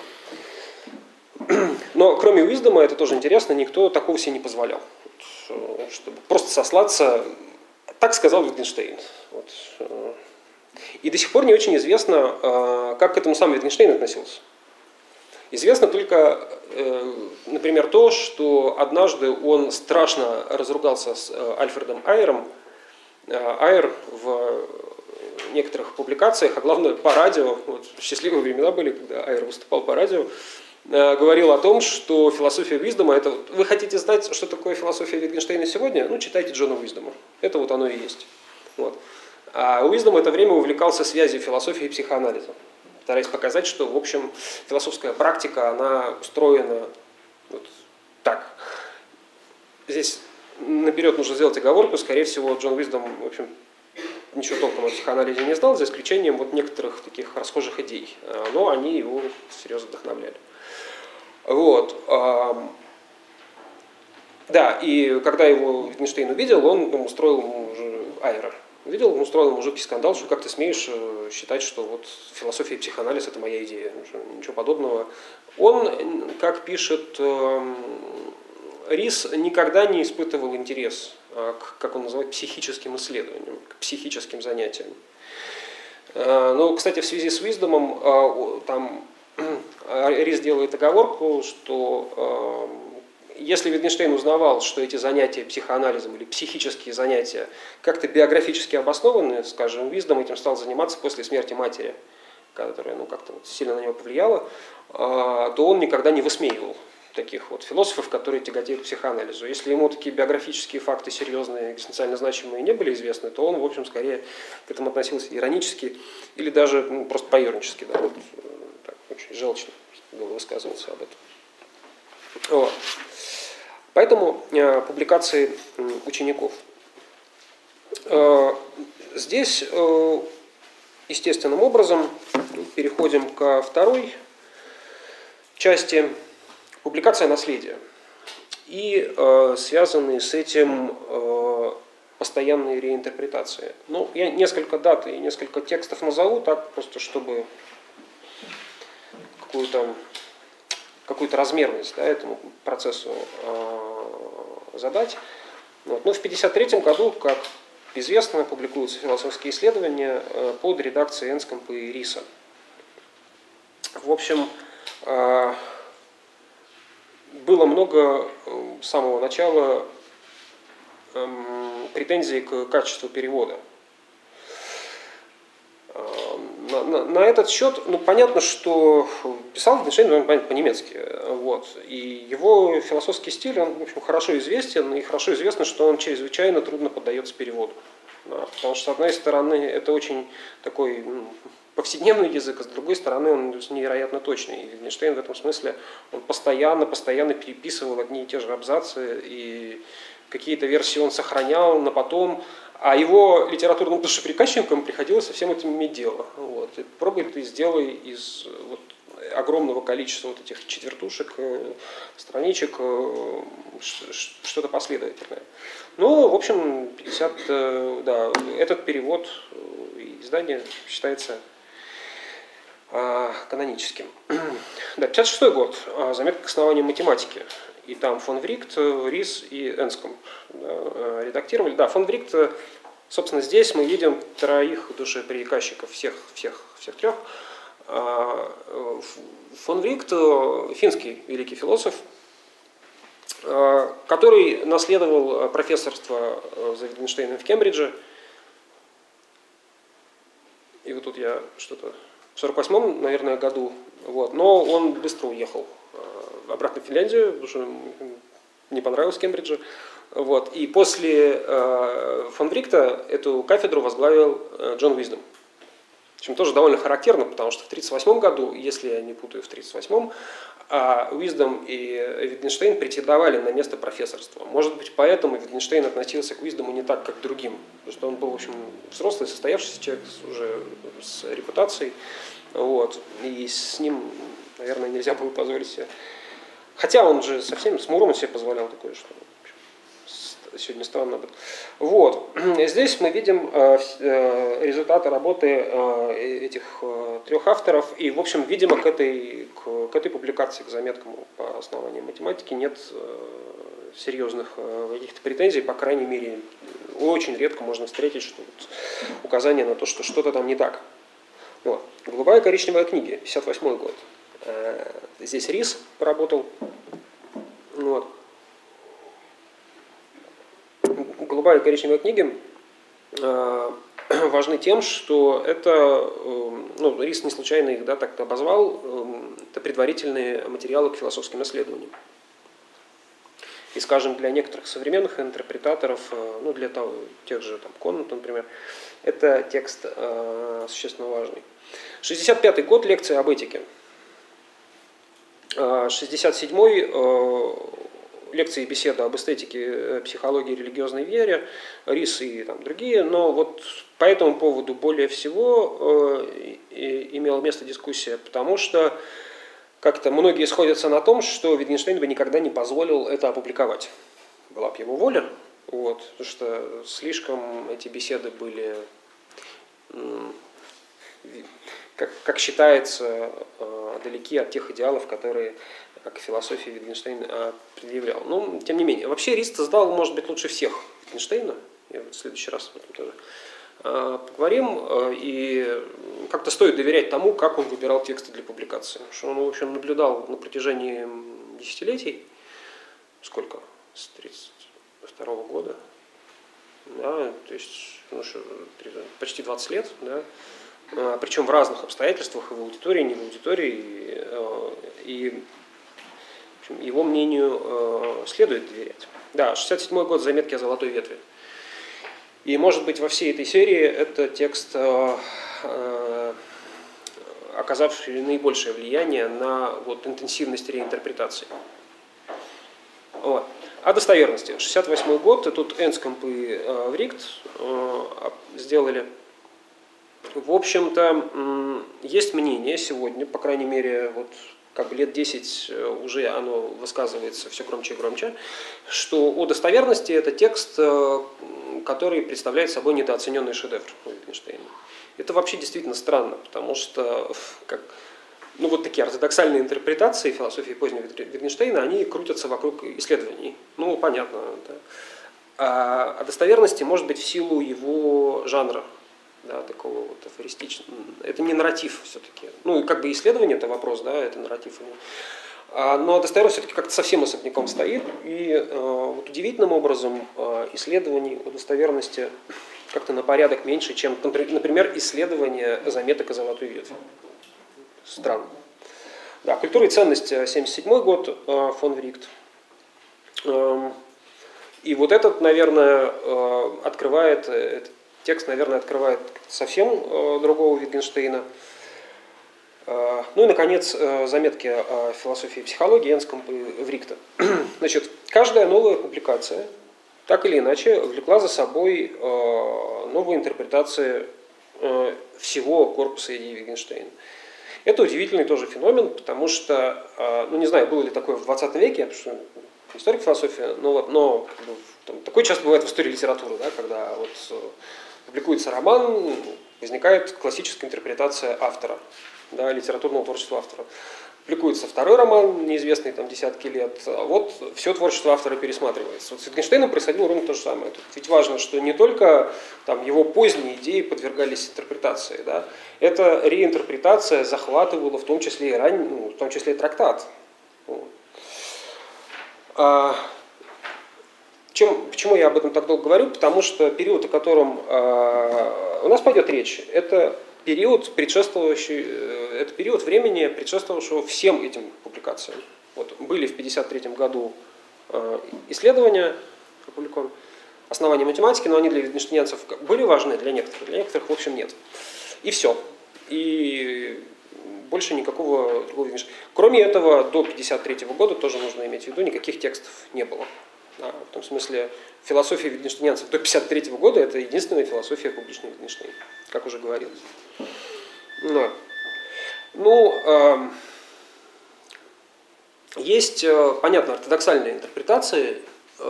Но кроме Уиздома, это тоже интересно, никто такого себе не позволял. Вот, чтобы просто сослаться, так сказал Wittgenstein. Вот. И до сих пор не очень известно, как к этому сам Wittgenstein относился. Известно только, например, то, что однажды он страшно разругался с Альфредом Айером. Айер в некоторых публикациях, а главное по радио, вот счастливые времена были, когда Айер выступал по радио, говорил о том, что философия Уиздома, это вы хотите знать, что такое философия Wittgensteina сегодня? Ну, читайте Джона Уиздома. Это вот оно и есть. Вот. А Уиздом в это время увлекался связью философии и психоанализа, стараясь показать, что, в общем, философская практика, она устроена вот так. Здесь наперед нужно сделать оговорку, скорее всего, Джон Уиздом, в общем, ничего толком о психоанализе не знал, за исключением вот некоторых таких расхожих идей, но они его серьезно вдохновляли. Вот. Да, и когда его Wittgenstein увидел, он устроил ему уже Айера. Увидел, он устроил ему жуткий скандал, что как ты смеешь считать, что вот философия и психоанализ это моя идея. Ничего подобного. Он, как пишет Рис, никогда не испытывал интерес к, как он называет, психическим исследованиям, к психическим занятиям. Но, кстати, в связи с Уиздомом там Рис делает оговорку, что если Wittgenstein узнавал, что эти занятия психоанализом или психические занятия как-то биографически обоснованы, скажем, Уиздом этим стал заниматься после смерти матери, которая как-то вот сильно на него повлияла, то он никогда не высмеивал таких вот философов, которые тяготеют к психоанализу. Если ему такие биографические факты серьезные, экзистенциально значимые не были известны, то он, в общем, скорее к этому относился иронически или даже просто поернически, да, вот, так, очень желчно высказывался об этом. Вот. Поэтому публикации учеников. Здесь естественным образом переходим ко второй части. Публикация наследия. И связанные с этим постоянные реинтерпретации. Ну, я несколько дат и несколько текстов назову, так просто чтобы какую-то размерность, да, этому процессу задать. Вот. Ну, в 1953 году, как известно, публикуются философские исследования под редакцией Энскомпа и Риса. В общем, было много с самого начала претензий к качеству перевода. На этот счет, понятно, что писал Wittgenstein, понятно, по-немецки, вот, и его философский стиль, он, в общем, хорошо известен, и хорошо известно, что он чрезвычайно трудно поддается переводу. Да, потому что, с одной стороны, это очень такой повседневный язык, а с другой стороны, он невероятно точный. И Wittgenstein в этом смысле, он постоянно переписывал одни и те же абзацы, и какие-то версии он сохранял на потом, а его литературным душеприказчикам приходилось со всем этим иметь дело. Вот. И пробуй ты сделай из огромного количества вот этих четвертушек, страничек, что-то последовательное. Ну, в общем, 50, да, этот перевод и издание считается каноническим. Да, 56 год. Заметка к основанию математики. И там фон Врихт, Рис и Энскомб редактировали. Да, фон Врихт, собственно, здесь мы видим троих душеприказчиков, всех трех. Фон Врихт, финский великий философ, который наследовал профессорство за Витгенштейном в Кембридже. И вот тут я что-то в 48-м, наверное, году, вот, но он быстро уехал обратно в Финляндию, потому что не понравилось Кембриджа. Вот. И после фон Врихта эту кафедру возглавил Джон Уиздом. Причем тоже довольно характерно, потому что в 1938 году, если я не путаю, в 1938-м, Уиздом и Витгенштейн претендовали на место профессорства. Может быть, поэтому Витгенштейн относился к Уиздому не так, как к другим. Потому что он был, в общем, взрослый, состоявшийся человек уже с репутацией. Вот. И с ним, наверное, нельзя было позволить себе. Хотя он же совсем с Муром себе позволял такое, что сегодня странно об этом. Вот. Здесь мы видим результаты работы этих трех авторов. И, в общем, видимо, к этой публикации, к заметкам по основанию математики нет серьезных каких-то претензий. По крайней мере, очень редко можно встретить что указание на то, что что-то там не так. Вот. «Голубая коричневая книга», 58 год. Здесь Рис поработал. Вот. «Голубая и коричневая книги» важны тем, что это, ну, Рис не случайно их, да, так обозвал, это предварительные материалы к философским исследованиям. И, скажем, для некоторых современных интерпретаторов, ну, для тех же там, Конанта, например, это текст существенно важный. 65-й год, лекция об этике. 67-й лекции и беседа об эстетике, психологии, религиозной вере, Рис и там другие. Но вот по этому поводу более всего имела место дискуссия, потому что как-то многие сходятся на том, что Витгенштейн бы никогда не позволил это опубликовать. Была бы его воля, вот, потому что слишком эти беседы были, как считается, далеки от тех идеалов, которые к философии Витгенштейн предъявлял. Но, тем не менее, вообще Рис сдал, может быть, лучше всех Витгенштейна. Я в следующий раз об этом тоже поговорим. И как-то стоит доверять тому, как он выбирал тексты для публикации. Потому что он, в общем, наблюдал на протяжении десятилетий, сколько, с 1932 года, да, то есть почти 20 лет, да, причем в разных обстоятельствах, и в аудитории, и не в аудитории, и в общем, его мнению следует доверять. Да, 67-й год, заметки о золотой ветви. И, может быть, во всей этой серии это текст, оказавший наибольшее влияние на вот, интенсивность реинтерпретации. Вот. О достоверности. 68-й год, и тут Энскомб и Врихт сделали. В общем-то, есть мнение сегодня, по крайней мере, вот как бы лет 10 уже оно высказывается все громче и громче, что о достоверности это текст, который представляет собой недооцененный шедевр Витгенштейна. Это вообще действительно странно, потому что ну, вот такие ортодоксальные интерпретации философии позднего Витгенштейна, они крутятся вокруг исследований. Ну, понятно. Да. А достоверности может быть в силу его жанра. Да, такого вот афористичного. Это не нарратив все-таки. Ну, и как бы исследование это вопрос, да, это нарратив. Но достоверность все-таки как-то совсем особняком стоит. И вот удивительным образом исследований о достоверности как-то на порядок меньше, чем, например, исследование заметок о золотой ветви. Странно. Да, «Культура и ценность», 1977 год, фон Врихт. И вот этот, наверное, открывает... Текст, наверное, открывает совсем другого Витгенштейна. Ну и, наконец, заметки о философии и психологии Энскомба и Врихта. Значит, каждая новая публикация так или иначе влекла за собой новую интерпретацию всего корпуса идей Витгенштейна. Это удивительный тоже феномен, потому что, ну не знаю, было ли такое в 20 веке, потому что историк философии, но как бы, такое часто бывает в истории литературы, да, когда вот публикуется роман, возникает классическая интерпретация автора, да, литературного творчества автора. Публикуется второй роман, неизвестный там десятки лет, а вот все творчество автора пересматривается. Вот с Wittgensteinом происходило ровно то же самое. Тут ведь важно, что не только там, его поздние идеи подвергались интерпретации, да, эта реинтерпретация захватывала в том числе и в том числе и трактат. Почему я об этом так долго говорю? Потому что период, о котором у нас пойдет речь, это период, это период времени, предшествовавшего всем этим публикациям. Вот, были в 1953 году исследования опубликованы, основания математики, но они для витгенштейнцев были важны, для некоторых в общем нет. И все. И больше никакого другого Wittgensteina. Кроме этого, до 1953 года, тоже нужно иметь в виду, никаких текстов не было. В том смысле, философия витгенштейнцев до 1953 года – это единственная философия публичного Wittgensteina, как уже говорилось. Есть, понятно, ортодоксальные интерпретации.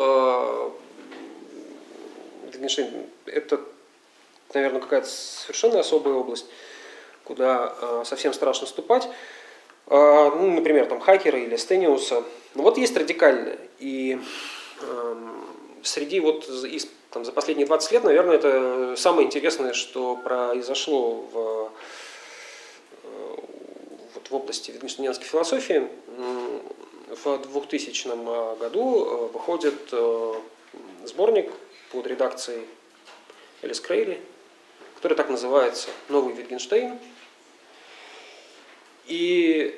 Wittgenstein – это, наверное, какая-то совершенно особая область, куда совсем страшно ступать. Например, там Хакера или Стениуса. Но вот есть радикальные. И среди вот там, за последние 20 лет, наверное, это самое интересное, что произошло в области витгенштейнской философии. В 2000 году выходит сборник под редакцией Элис Крейли, который так называется «Новый Wittgenstein». И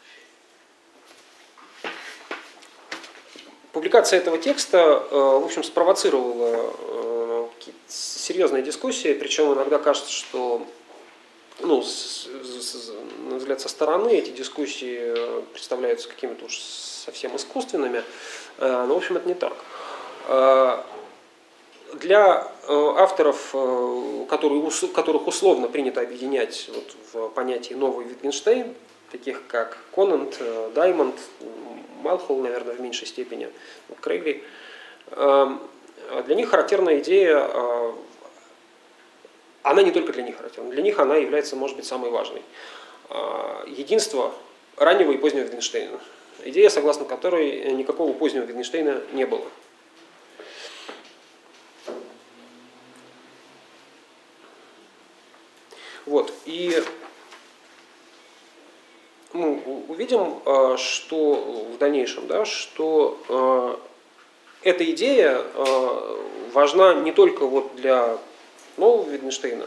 публикация этого текста, в общем, спровоцировала серьезные дискуссии, причем иногда кажется, что, на взгляд со стороны, эти дискуссии представляются какими-то уж совсем искусственными, но, в общем, это не так. Для авторов, которых условно принято объединять вот в понятии «новый Wittgenstein», таких как Конант, Даймонд, Малхолл, наверное, в меньшей степени, Крейли, для них характерная идея, она не только для них характерна, для них она является, может быть, самой важной. Единство раннего и позднего Wittgensteina. Идея, согласно которой никакого позднего Wittgensteina не было. Вот. И мы увидим, что в дальнейшем, да, что эта идея важна не только вот для нового Wittgensteina,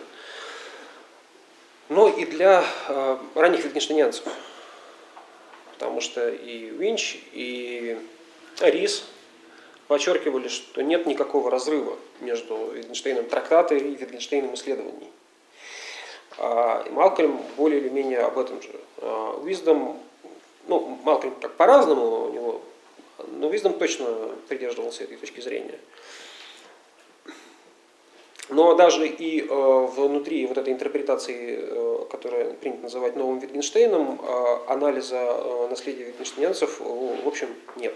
но и для ранних витгенштейнцев. Потому что и Винч, и Рис подчеркивали, что нет никакого разрыва между Wittgenstein'ом трактата и Wittgenstein'ом исследований. И Малкольм более или менее об этом же. Уиздом, Малкольм как по-разному у него, но Уиздом точно придерживался этой точки зрения. Но даже и внутри вот этой интерпретации, которая принято называть новым Wittgenstein'ом, анализа наследия витгенштейнцев, в общем, нет.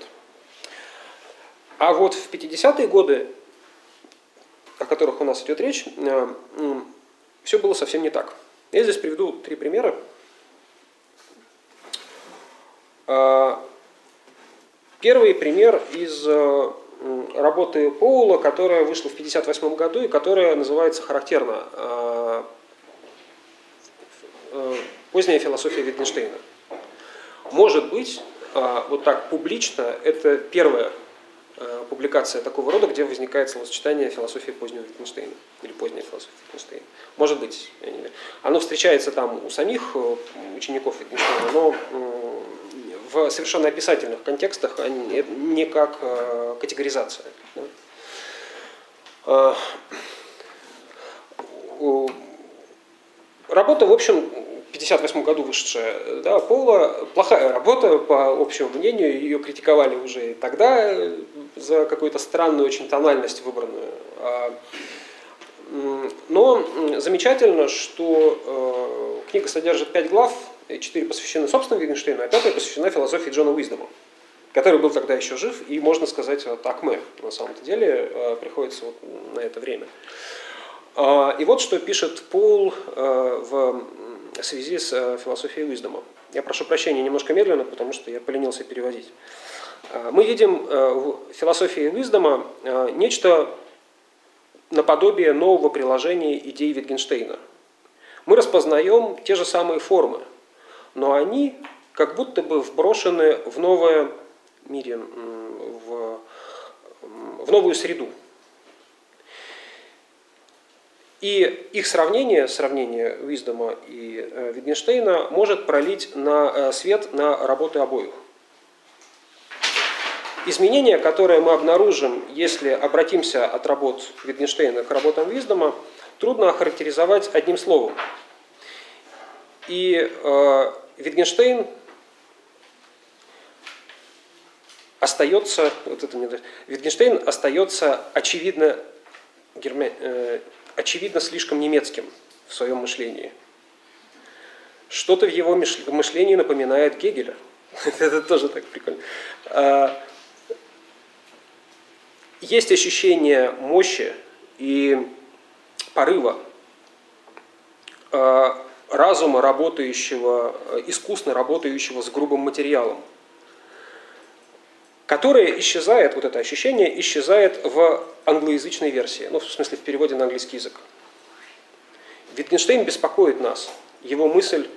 А вот в 50-е годы, о которых у нас идет речь, все было совсем не так. Я здесь приведу 3 примера. Первый пример из работы Поула, которая вышла в 1958 году и которая называется характерно «Поздняя философия Wittgensteina». Может быть, вот так публично, это первая публикация такого рода, где возникает словосочетание философии позднего Wittgensteina или поздняя философия Wittgensteina. Может быть, оно встречается там у самих учеников Wittgensteina, но в совершенно описательных контекстах, а не как категоризация. Работа, в общем, в 1958 году вышедшая, да, Поула, плохая работа, по общему мнению, ее критиковали уже и тогда за какую-то странную очень тональность выбранную. Но замечательно, что книга содержит 5 глав, и 4 посвящены собственно Wittgensteinу, а 5 посвящена философии Джона Уиздома, который был тогда еще жив, и, можно сказать, вот Акме, на самом-то деле, приходится вот на это время. И вот что пишет Пол в связи с философией Уиздома. Я прошу прощения, немножко медленно, потому что я поленился переводить. Мы видим в философии Уиздома нечто наподобие нового приложения идей Wittgensteina. Мы распознаем те же самые формы, но они как будто бы вброшены в новое мире, в новую среду. И их сравнение Уиздома и Wittgensteina может пролить свет на работы обоих. Изменения, которые мы обнаружим, если обратимся от работ Wittgensteina к работам Уиздома, трудно охарактеризовать одним словом. И Wittgenstein остается очевидно слишком немецким в своем мышлении. Что-то в его мышлении напоминает Гегеля. Это тоже так прикольно. Есть ощущение мощи и порыва разума, искусно работающего с грубым материалом, которое исчезает, вот это ощущение исчезает в англоязычной версии, в смысле в переводе на английский язык. Wittgenstein беспокоит нас, его мысль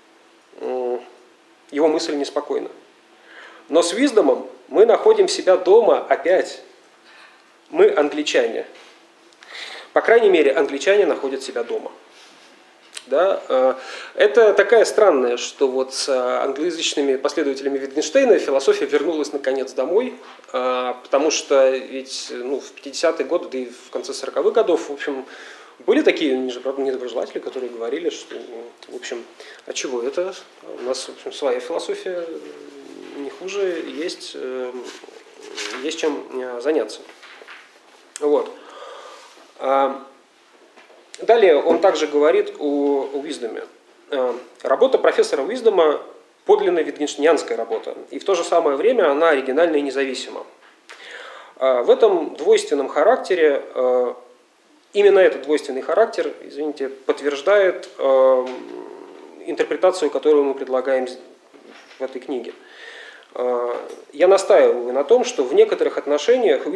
неспокойна. Но с Уиздомом мы находим себя дома опять. Мы англичане. По крайней мере, англичане находят себя дома. Да? Это такая странная, что вот с англоязычными последователями Wittgensteina философия вернулась наконец домой, потому что ведь в 50-е годы, да и в конце 40-х годов, в общем, были такие недоброжелатели, которые говорили, что, в общем, а чего это? У нас, в общем, своя философия не хуже, есть чем заняться. Вот. Далее он также говорит о Уиздоме. Работа профессора Уиздома подлинно витгенштейнская работа, и в то же самое время она оригинальна и независима. В этом двойственном характере, именно этот двойственный характер, подтверждает интерпретацию, которую мы предлагаем в этой книге. Я настаиваю на том, что в некоторых отношениях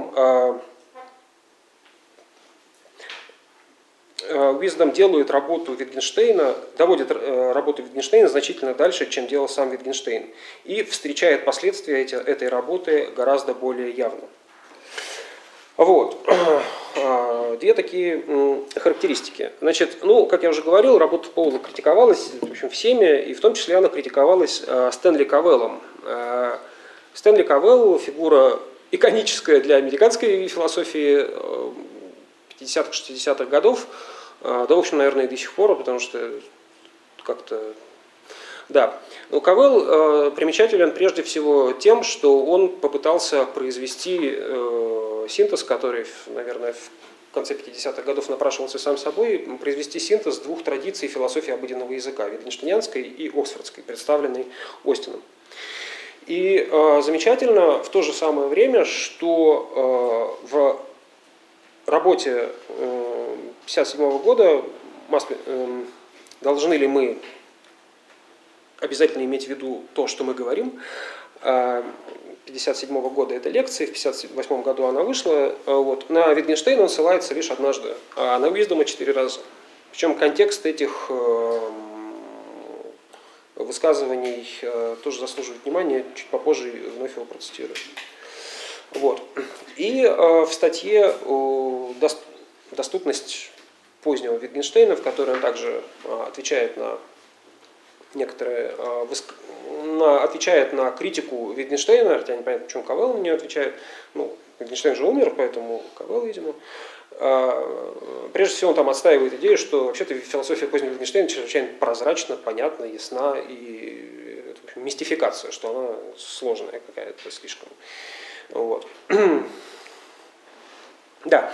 Уиздом делает работу Wittgensteina, доводит работу Wittgensteina значительно дальше, чем делал сам Wittgenstein, и встречает последствия этой работы гораздо более явно. Вот. Две такие характеристики. Значит, как я уже говорил, работа Поула критиковалась, в общем, всеми, и в том числе она критиковалась Стэнли Кавеллом. Стэнли Кавелл – фигура иконическая для американской философии 50-х, 60-х годов, да, в общем, наверное, и до сих пор, потому что как-то... Да. Но Кавелл примечателен прежде всего тем, что он попытался произвести синтез, который, наверное, в конце 50-х годов напрашивался сам собой, произвести синтез двух традиций философии обыденного языка, витгенштейнской и оксфордской, представленной Остином. И замечательно в то же самое время, что в работе 1957 года должны ли мы обязательно иметь в виду то, что мы говорим. 1957 года это лекция, в 1958 году она вышла. Вот. На Wittgensteina он ссылается лишь однажды, а на Уиздома 4 раза. Причем контекст этих высказываний тоже заслуживает внимания, чуть попозже вновь его процитирую. Вот. И в статье «Доступность позднего Wittgensteina», в которой он также отвечает на отвечает на критику Wittgensteina, хотя непонятно, почему Кавелл на нее отвечает. Wittgenstein же умер, поэтому Кавелл, видимо. Прежде всего, он там отстаивает идею, что вообще-то философия позднего Wittgensteina чрезвычайно прозрачна, понятна, ясна, и это, в общем, мистификация, что она сложная какая-то слишком. Вот. Да.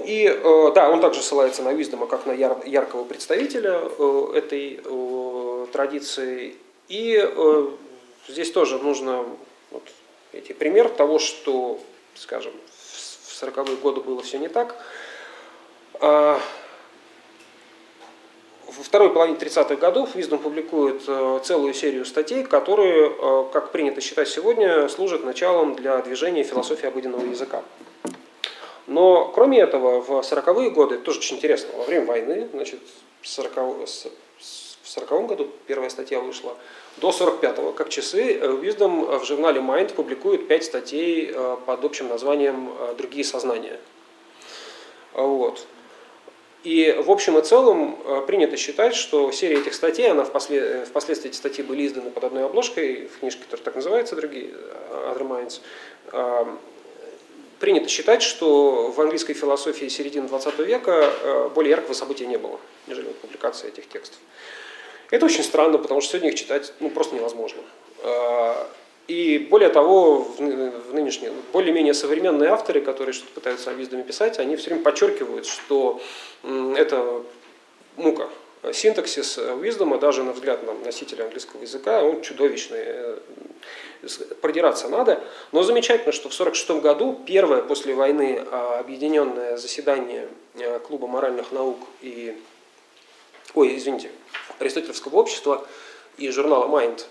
Он также ссылается на Уиздома как на яркого представителя этой традиции. И здесь тоже нужно вот, эти пример того, что, скажем, в 40-е годы было все не так. Во второй половине 30-х годов Wisdom публикует целую серию статей, которые, как принято считать сегодня, служат началом для движения философии обыденного языка. Но кроме этого, в 40-е годы, это тоже очень интересно, во время войны, значит, в 40-м году первая статья вышла, до 45-го, как часы, Wisdom в журнале Mind публикует 5 статей под общим названием «Другие сознания». Вот. И в общем и целом принято считать, что серия этих статей, впоследствии эти статьи были изданы под одной обложкой в книжке, которая так называется, «Другие Other Minds». Принято считать, что в английской философии середины 20 века более яркого события не было, нежели публикация этих текстов. Это очень странно, потому что сегодня их читать просто невозможно. И более того, в нынешние, более-менее современные авторы, которые что-то пытаются о Wisdom писать, они все время подчеркивают, что это мука. Синтаксис Wisdom, даже на взгляд носителя английского языка, он чудовищный. Продираться надо. Но замечательно, что в 1946 году первое после войны объединенное заседание Клуба моральных наук и Аристотелевского общества и журнала Mind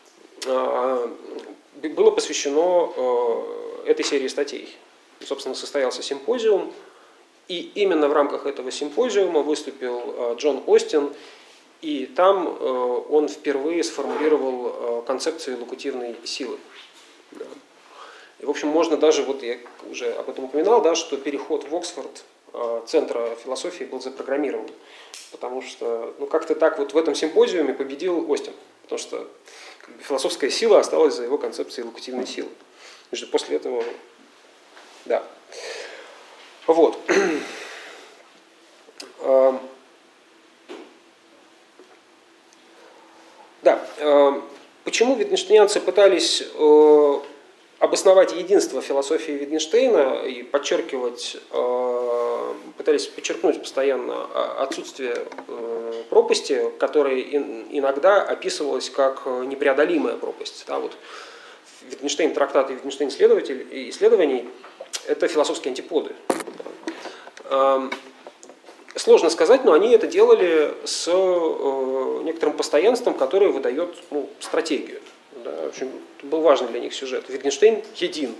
было посвящено этой серии статей. Собственно, состоялся симпозиум, и именно в рамках этого симпозиума выступил Джон Остин, и там он впервые сформулировал концепцию локутивной силы. И, в общем, можно даже, вот я уже об этом упоминал, да, что переход в Оксфорд центра философии был запрограммирован, потому что как-то так вот в этом симпозиуме победил Остин, потому что философская сила осталась за его концепцией локутивной силы. После этого, да. Вот. Да. Почему витгенштейнцы пытались обосновать единство философии Витгенштейна и пытались подчеркнуть постоянно отсутствие пропасти, которая иногда описывалась как непреодолимая пропасть. Да, вот Витгенштейн трактат и Витгенштейн исследований – это философские антиподы. Сложно сказать, но они это делали с некоторым постоянством, которое выдает стратегию. Да, в общем, это был важный для них сюжет. Витгенштейн един.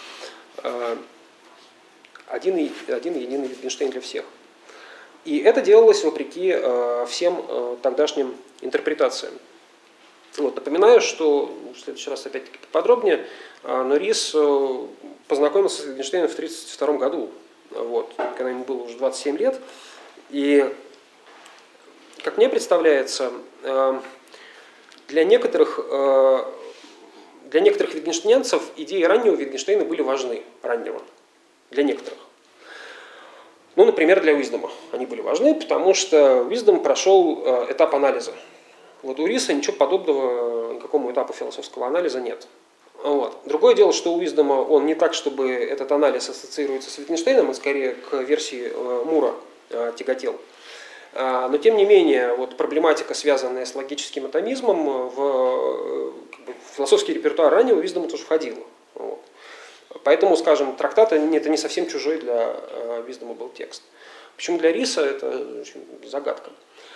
Один и единый Витгенштейн для всех. И это делалось вопреки всем тогдашним интерпретациям. Вот, напоминаю, что в следующий раз опять-таки подробнее, но Рис познакомился с Витгенштейном в 1932 году, вот, когда ему было уже 27 лет. И, как мне представляется, для некоторых витгенштейнцев идеи раннего Витгенштейна были важны, раннего, для некоторых. Например, для Wisdom они были важны, потому что Wisdom прошел этап анализа. Вот у Риса ничего подобного, никакому этапу философского анализа нет. Вот. Другое дело, что у Wisdom он не так, чтобы этот анализ ассоциируется с Витгенштейном, он скорее к версии Мура тяготел. Но тем не менее, вот проблематика, связанная с логическим атомизмом, в философский репертуар раннего Wisdom тоже входила. Вот. Поэтому, скажем, трактат это не совсем чужой для Wisdom был текст. Почему для Риса это загадка.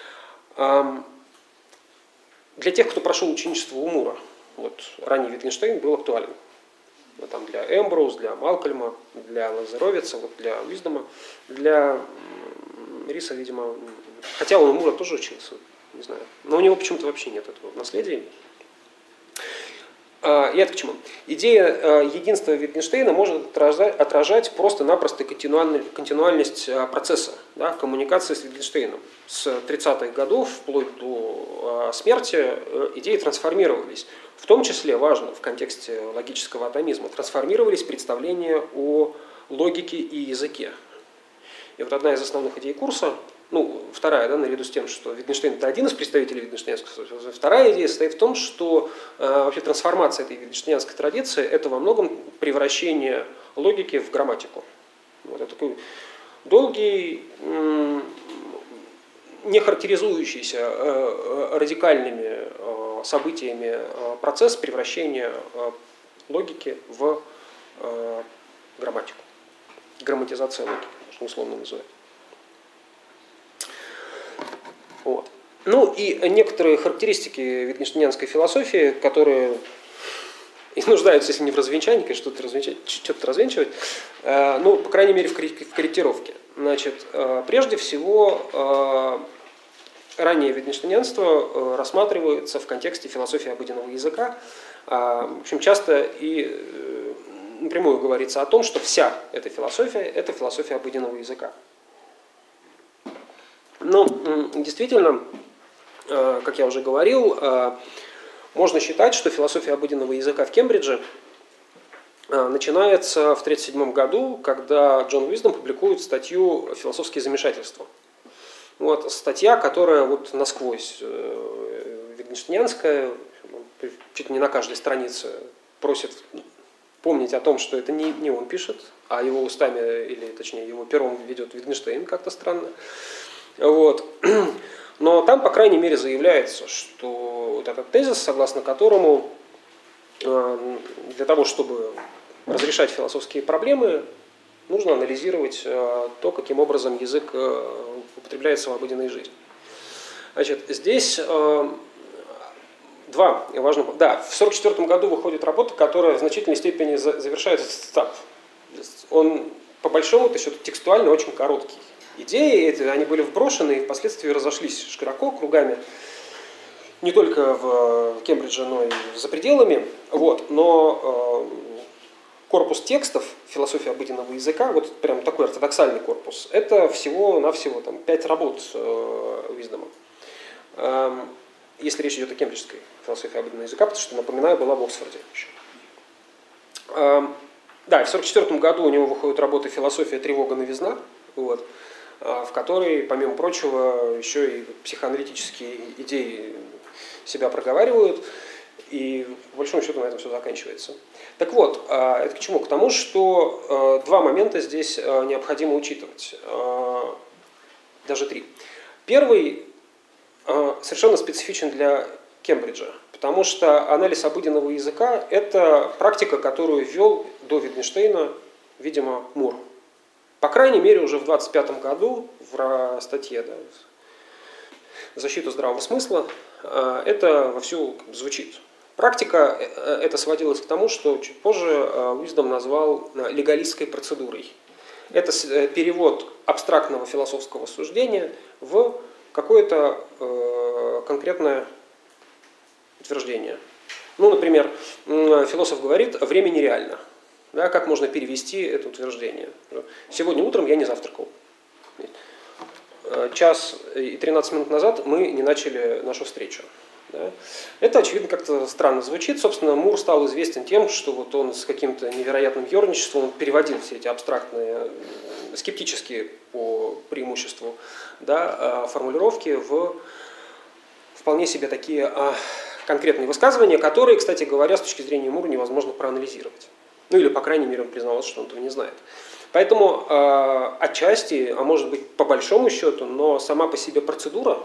Для тех, кто прошел ученичество у Мура, вот, ранний Витгенштейн был актуален. Там для Эмброуз, для Малкольма, для Лазаровица, вот для Wisdom, для Риса, видимо, хотя он у Мура тоже учился, не знаю, но у него почему-то вообще нет этого наследия. И это к чему? Идея единства Витгенштейна может отражать просто-напросто континуальность процесса, да, коммуникации с Витгенштейном. С 30-х годов вплоть до смерти идеи трансформировались. В том числе, важно в контексте логического атомизма, трансформировались представления о логике и языке. И вот одна из основных идей курса, вторая, да, наряду с тем, что Витгенштейн – это один из представителей витгенштейнской, вторая идея состоит в том, что вообще трансформация этой витгенштейнской традиции – это во многом превращение логики в грамматику. Вот это такой долгий, не характеризующийся радикальными событиями процесс превращения логики в грамматику. Грамматизация логики, можно условно называть. Вот. Ну и некоторые характеристики витгенштейнианской философии, которые и нуждаются, если не в развенчании, конечно, что-то развенчивать, ну, по крайней мере, в корректировке. Значит, прежде всего, раннее витгенштейнянство рассматривается в контексте философии обыденного языка. В общем, часто и напрямую говорится о том, что вся эта философия – это философия обыденного языка. Но действительно, как я уже говорил, можно считать, что философия обыденного языка в Кембридже начинается в 1937 году, когда Джон Уиздом публикует статью «Философские замешательства». Вот, статья, которая вот насквозь витгенштейнянская, чуть не на каждой странице просит помнить о том, что это не он пишет, а его устами, или точнее его пером ведет Витгенштейн, как-то странно. Вот. Но там, по крайней мере, заявляется, что вот этот тезис, согласно которому для того, чтобы разрешать философские проблемы, нужно анализировать то, каким образом язык употребляется в обыденной жизни. Значит, здесь два важных... Да, в 1944 году выходит работа, которая в значительной степени завершает этот этап. Он, по большому-то счету, текстуально очень короткий. Идеи эти, они были вброшены и впоследствии разошлись широко, кругами, не только в Кембридже, но и за пределами. Вот. Но корпус текстов философии обыденного языка, вот прям такой ортодоксальный корпус, это всего-навсего 5 работ Уиздома. Если речь идет о кембриджской философии обыденного языка, потому что, напоминаю, была в Оксфорде еще. Да, в 1944 году у него выходит работа «Философия, тревога, новизна», вот, в которой, помимо прочего, еще и психоаналитические идеи себя проговаривают, и по большому счету на этом все заканчивается. Так вот, это к чему? К тому, что два момента здесь необходимо учитывать, даже 3. Первый совершенно специфичен для Кембриджа, потому что анализ обыденного языка – это практика, которую ввел до Витгенштейна, видимо, Мур. По крайней мере, уже в 1925 году в статье, да, «Защита здравого смысла» это вовсю звучит. Практика это сводилась к тому, что чуть позже Уиздом назвал легалистской процедурой. Это перевод абстрактного философского суждения в какое-то конкретное утверждение. Ну, например, философ говорит: «Время нереально». Да, как можно перевести это утверждение? Сегодня утром я не завтракал. Час и 13 минут назад мы не начали нашу встречу. Да? Это, очевидно, как-то странно звучит. Собственно, Мур стал известен тем, что вот он с каким-то невероятным ерничеством переводил все эти абстрактные, скептические по преимуществу, да, формулировки в вполне себе такие конкретные высказывания, которые, кстати говоря, с точки зрения Мура невозможно проанализировать. Ну или, по крайней мере, он признавался, что он этого не знает. Поэтому отчасти, а может быть по большому счету, но сама по себе процедура,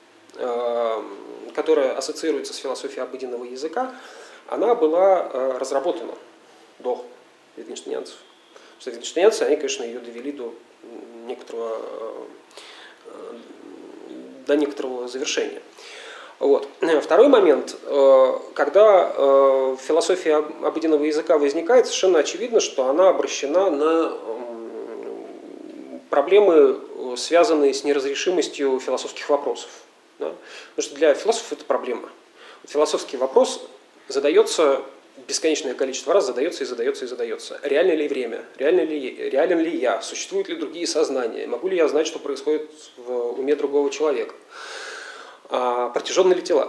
которая ассоциируется с философией обыденного языка, она была разработана до витгенштейнянцев. Потому что витгенштейнянцы, они, конечно, ее довели до некоторого завершения. Вот. Второй момент, когда философия обыденного языка возникает, совершенно очевидно, что она обращена на проблемы, связанные с неразрешимостью философских вопросов. Да? Потому что для философов это проблема. Философский вопрос задается бесконечное количество раз, задается и задается и задается. Реально ли время? Реален ли я? Существуют ли другие сознания? Могу ли я знать, что происходит в уме другого человека? Протяженны ли тела?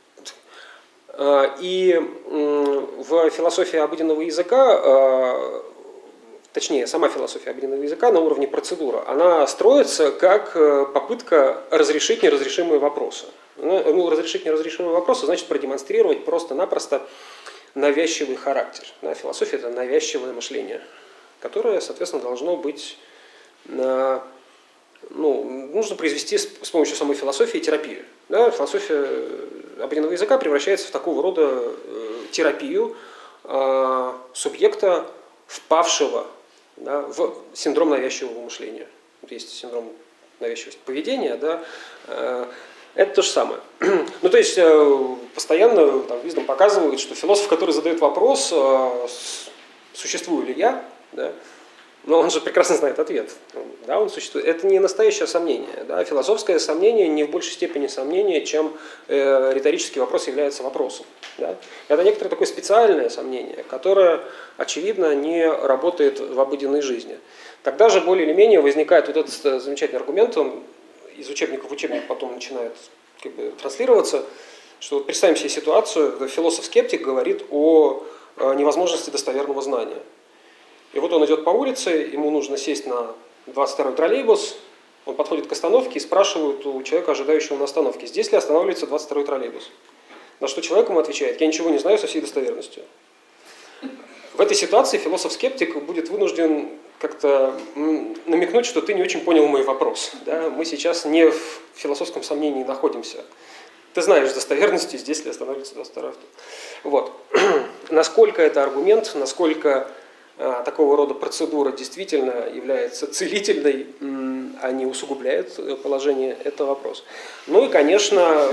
И в философии обыденного языка, точнее, сама философия обыденного языка на уровне процедуры, она строится как попытка разрешить неразрешимые вопросы. Ну, разрешить неразрешимые вопросы значит продемонстрировать просто-напросто навязчивый характер. Философия – это навязчивое мышление, которое, соответственно, должно быть нужно произвести с помощью самой философии терапию. Да? Философия обыденного языка превращается в такого рода терапию субъекта, впавшего, да, в синдром навязчивого мышления. Есть синдром навязчивости поведения, да, это то же самое. То есть постоянно там, Виздом показывает, что философ, который задает вопрос, существую ли я, да, но он же прекрасно знает ответ. Да, он существует. Это не настоящее сомнение. Да? Философское сомнение не в большей степени сомнение, чем риторический вопрос является вопросом. Да? Это некоторое такое специальное сомнение, которое, очевидно, не работает в обыденной жизни. Тогда же более или менее возникает вот этот замечательный аргумент, он из учебника в учебник потом начинает транслироваться, что вот представим себе ситуацию, философ-скептик говорит о невозможности достоверного знания. И вот он идет по улице, ему нужно сесть на 22-й троллейбус, он подходит к остановке и спрашивает у человека, ожидающего на остановке, здесь ли останавливается 22-й троллейбус. На что человек ему отвечает, я ничего не знаю со всей достоверностью. В этой ситуации философ-скептик будет вынужден как-то намекнуть, что ты не очень понял мой вопрос. Да? Мы сейчас не в философском сомнении находимся. Ты знаешь с достоверностью, здесь ли останавливается 22-й. Вот. Насколько это аргумент, насколько такого рода процедура действительно является целительной, а не усугубляет положение, это вопрос. Ну и, конечно,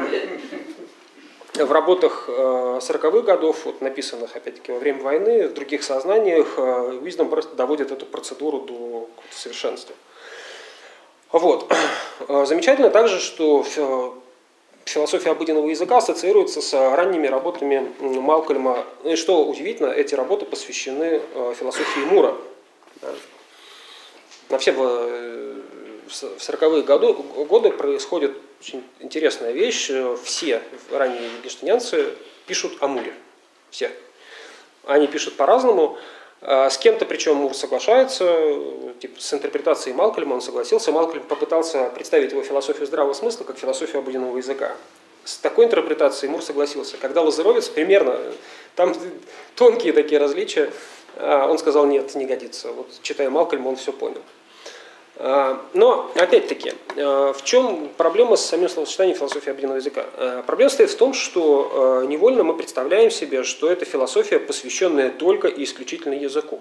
в работах 40-х годов, вот, написанных, опять-таки, во время войны, в других сознаниях, Уиздом просто доводит эту процедуру до совершенства. Вот. Замечательно также, что философия обыденного языка ассоциируется с ранними работами Малкольма. И что удивительно, эти работы посвящены философии Мура. Вообще в 40-е годы происходит очень интересная вещь. Все ранние витгенштейнянцы пишут о Муре. Все. Они пишут по-разному. С кем-то, причем, Мур соглашается, типа, с интерпретацией Малкольма он согласился. Малкольм попытался представить его философию здравого смысла как философию обыденного языка. С такой интерпретацией Мур согласился. Когда Лазаровец примерно, там тонкие такие различия, он сказал, нет, не годится. Вот, читая Малкольма, он все понял. Но, опять-таки, в чем проблема с самим словосочетанием философии обыденного языка? Проблема стоит в том, что невольно мы представляем себе, что это философия, посвященная только и исключительно языку.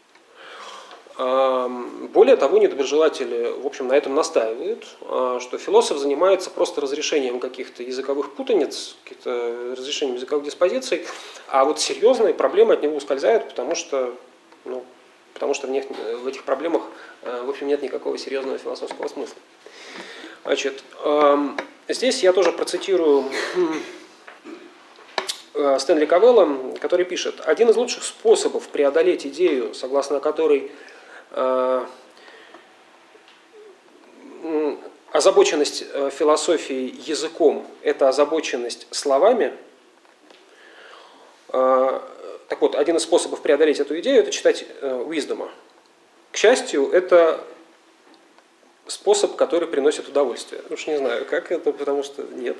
Более того, недоброжелатели, в общем, на этом настаивают, что философ занимается просто разрешением каких-то языковых путаниц, каких-то разрешением языковых диспозиций, а вот серьезные проблемы от него ускользают, потому что в этих проблемах, в общем, нет никакого серьезного философского смысла. Значит, здесь я тоже процитирую Стэнли Кавелла, который пишет: «Один из лучших способов преодолеть идею, согласно которой озабоченность философии языком – это озабоченность словами». Так вот, один из способов преодолеть эту идею – это читать Уиздома. К счастью, это способ, который приносит удовольствие. Уж не знаю, как это, потому что нет.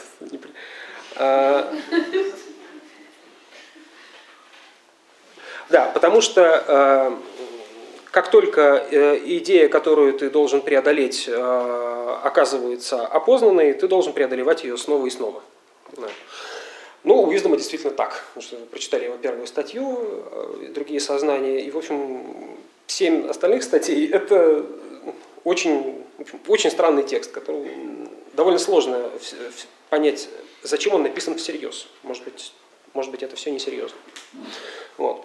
Да, потому что как только идея, которую ты должен преодолеть, оказывается опознанной, ты должен преодолевать ее снова и снова. Ну, у Уиздома действительно так. Потому что прочитали его первую статью, другие сознания, и, в общем, 7 остальных статей – это очень странный текст, который довольно сложно понять, зачем он написан всерьез. Может быть, это все несерьезно. Вот.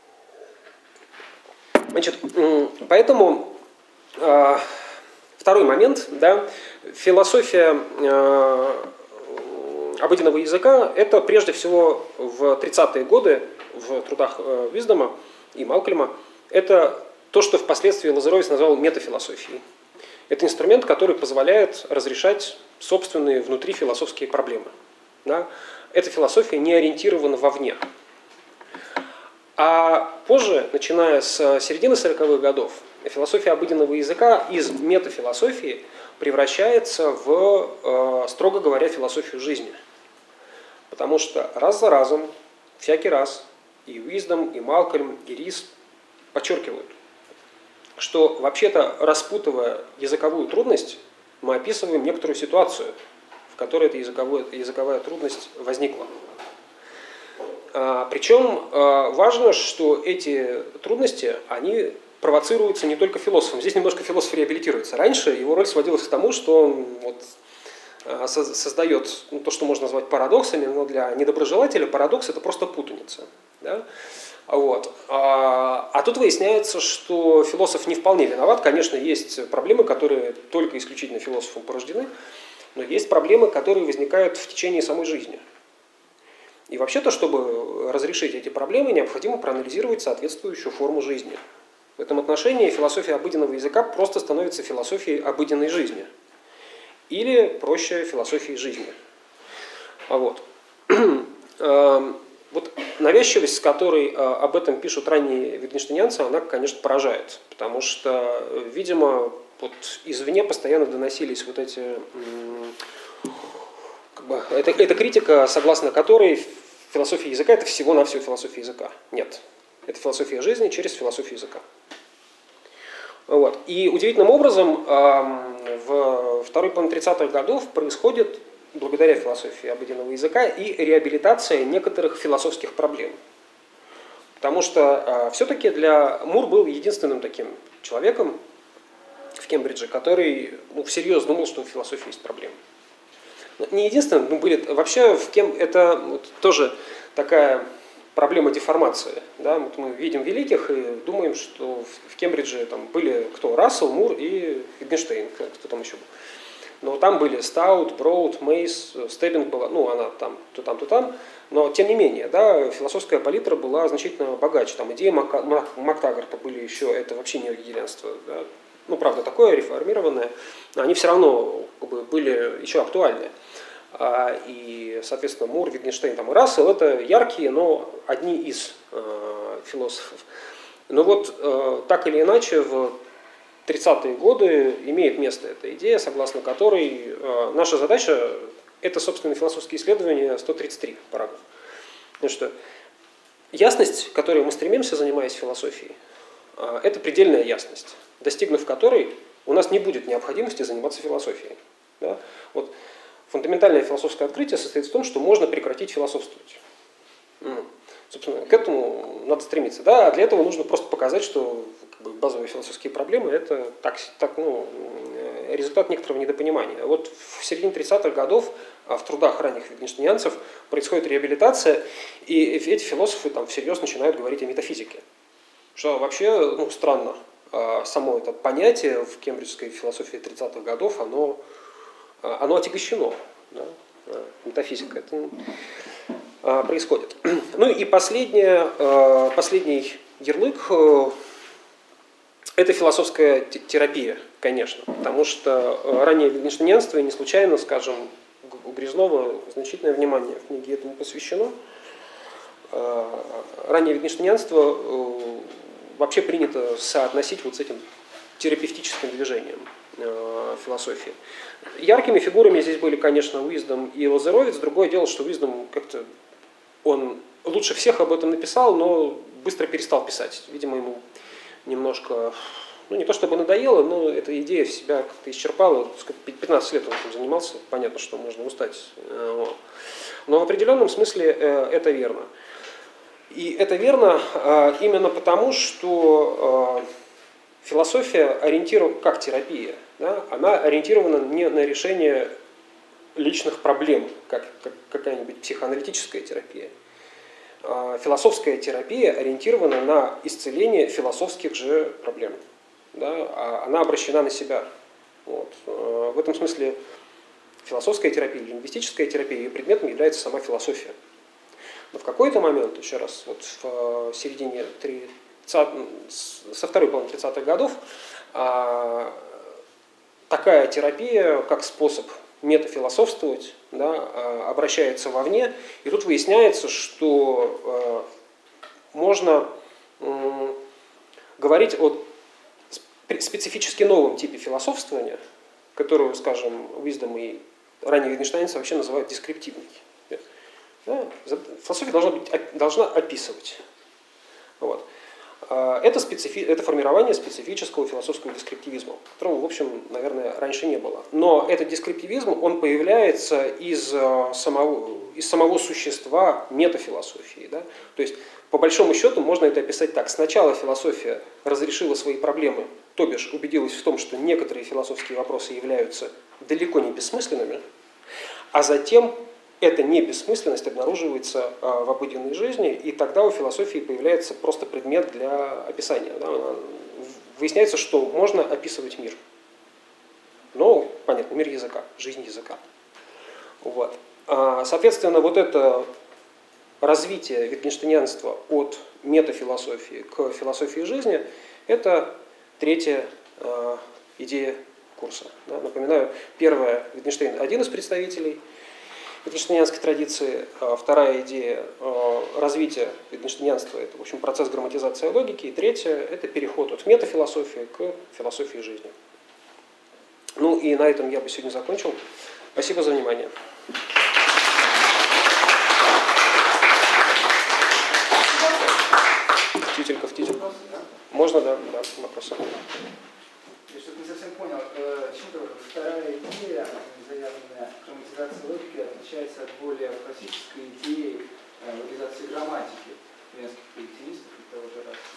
Значит, поэтому второй момент, да, философия обыденного языка – это прежде всего в 30-е годы в трудах Уиздома и Малкольма это то, что впоследствии Лазаровец назвал метафилософией. Это инструмент, который позволяет разрешать собственные внутрифилософские проблемы. Да? Эта философия не ориентирована вовне. А позже, начиная с середины 40-х годов, философия обыденного языка из метафилософии превращается в, строго говоря, философию жизни. Потому что раз за разом, всякий раз, и Уиздом, и Малкольм, и Рис подчеркивают, что вообще-то, распутывая языковую трудность, мы описываем некоторую ситуацию, в которой эта языковая трудность возникла. Причем важно, что эти трудности, они провоцируются не только философом. Здесь немножко философ реабилитируется. Раньше его роль сводилась к тому, что он создает то, что можно назвать парадоксами, но для недоброжелателя парадокс – это просто путаница. Да? Вот. А тут выясняется, что философ не вполне виноват. Конечно, есть проблемы, которые только исключительно философом порождены, но есть проблемы, которые возникают в течение самой жизни. И вообще-то, чтобы разрешить эти проблемы, необходимо проанализировать соответствующую форму жизни. В этом отношении философия обыденного языка просто становится философией обыденной жизни. Или, проще, философией жизни. Вот. Вот навязчивость, с которой об этом пишут ранние витгенштейнянцы, она, конечно, поражает. Потому что, видимо, вот извне постоянно доносились вот эти... Это критика, согласно которой философия языка – это всего-навсего философия языка. Нет. Это философия жизни через философию языка. Вот. И удивительным образом в второй половине 30-х годов происходит, благодаря философии обыденного языка, и реабилитация некоторых философских проблем. Потому что все-таки Мур был единственным таким человеком в Кембридже, который всерьез думал, что в философии есть проблемы. Не единственным, но были вообще это тоже такая проблема деформации. Да? Вот мы видим великих и думаем, что в Кембридже там были кто? Рассел, Мур и Витгенштейн, кто там еще был. Но там были Стаут, Броуд, Мейс, Стеббинг была, она там, то там, то там. Но тем не менее, да, философская палитра была значительно богаче. Там идеи Мактагарта были еще, это вообще не гегелианство. Да? Правда, такое реформированное, но они все равно были еще актуальны. И, соответственно, Мур, Витгенштейн и Рассел – это яркие, но одни из философов. Но вот так или иначе в 30-е годы имеет место эта идея, согласно которой наша задача – это, собственно, философские исследования, 133 параграф. Потому что ясность, к которой мы стремимся, занимаясь философией, это предельная ясность, достигнув которой у нас не будет необходимости заниматься философией. Да? Вот. Фундаментальное философское открытие состоит в том, что можно прекратить философствовать. Собственно, к этому надо стремиться. Да? А для этого нужно просто показать, что базовые философские проблемы – это результат некоторого недопонимания. Вот в середине 30-х годов в трудах ранних витгенштейнянцев происходит реабилитация, и эти философы всерьез начинают говорить о метафизике. Что вообще странно. Само это понятие в кембриджской философии 30-х годов, оно отягощено. Да? Метафизика. Это происходит. И последний ярлык – это философская терапия, конечно. Потому что раннее витгенштейнянство, и не случайно, скажем, у Грязнова значительное внимание в книге этому посвящено. Раннее витгенштейнянство вообще принято соотносить с этим терапевтическим движением философии. Яркими фигурами здесь были, конечно, Уиздом и Лазаровец. Другое дело, что Уиздом как-то он лучше всех об этом написал, но быстро перестал писать. Видимо, ему немножко, не то чтобы надоело, но эта идея в себя как-то исчерпала. 15 лет он этим занимался, понятно, что можно устать. Но в определенном смысле это верно. И это верно именно потому, что философия ориентирована, как терапия, да, она ориентирована не на решение личных проблем, как какая-нибудь психоаналитическая терапия. Философская терапия ориентирована на исцеление философских же проблем. Да, она обращена на себя. Вот. В этом смысле философская терапия, лингвистическая терапия, ее предметом является сама философия. Но в какой-то момент, еще раз, вот в середине со второй половины 30-х годов, такая терапия, как способ метафилософствовать, да, обращается вовне. И тут выясняется, что можно говорить о специфически новом типе философствования, которую, скажем, Уиздом и ранние витгенштейнцы вообще называют дескриптивной. Да? Философия должна описывать. Вот. это формирование специфического философского дескриптивизма, которого, в общем, наверное, раньше не было. Но этот дескриптивизм, он появляется из самого существа метафилософии. Да? То есть, по большому счету, можно это описать так. Сначала философия разрешила свои проблемы, то бишь убедилась в том, что некоторые философские вопросы являются далеко не бессмысленными, а затем эта небессмысленность обнаруживается в обыденной жизни, и тогда у философии появляется просто предмет для описания. Да? Выясняется, что можно описывать мир. Но, понятно, мир языка, жизнь языка. Вот. Соответственно, вот это развитие витгенштейнянства от метафилософии к философии жизни – это третья идея курса. Да? Напоминаю, первая, Витгенштейн – один из представителей витгенштейнянской традиции. Вторая идея развития витгенштейнянства – это, в общем, процесс грамматизации логики. И третья – это переход от метафилософии к философии жизни. Ну и на этом я бы сегодня закончил. Спасибо за внимание. Тютелька в тютельку. Можно, да, вопросы. Я что-то не совсем понял. Почему-то вторая идея, заявленная грамматизация логики, отличается от более классической идеи логизации грамматики немецких коллективистов и того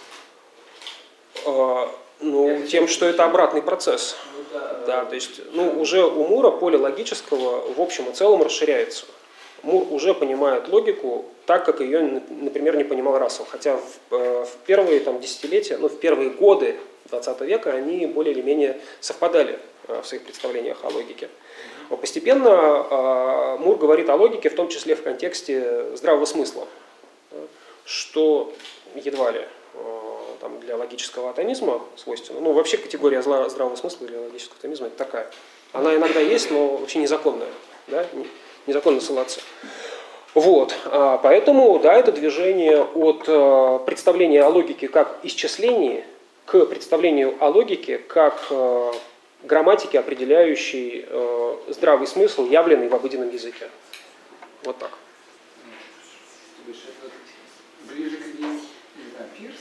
же Рассела. Ну, тем, что это обратный процесс. Ну, да, Да, то есть, уже у Мура поле логического в общем и целом расширяется. Мур уже понимает логику так, как ее, например, не понимал Рассел. Хотя в первые десятилетия, в первые годы 20 века они более или менее совпадали в своих представлениях о логике. Но постепенно Мур говорит о логике, в том числе в контексте здравого смысла, что едва ли для логического атомизма свойственно. Ну, вообще категория здравого смысла для логического атомизма это такая. Она иногда есть, но вообще незаконная. Да? Незаконно ссылаться. Вот. Поэтому, да, это движение от представления о логике как исчислении к представлению о логике как грамматике, определяющей здравый смысл, явленный в обыденном языке. Вот так. Ближе к идее, не знаю, Пирса.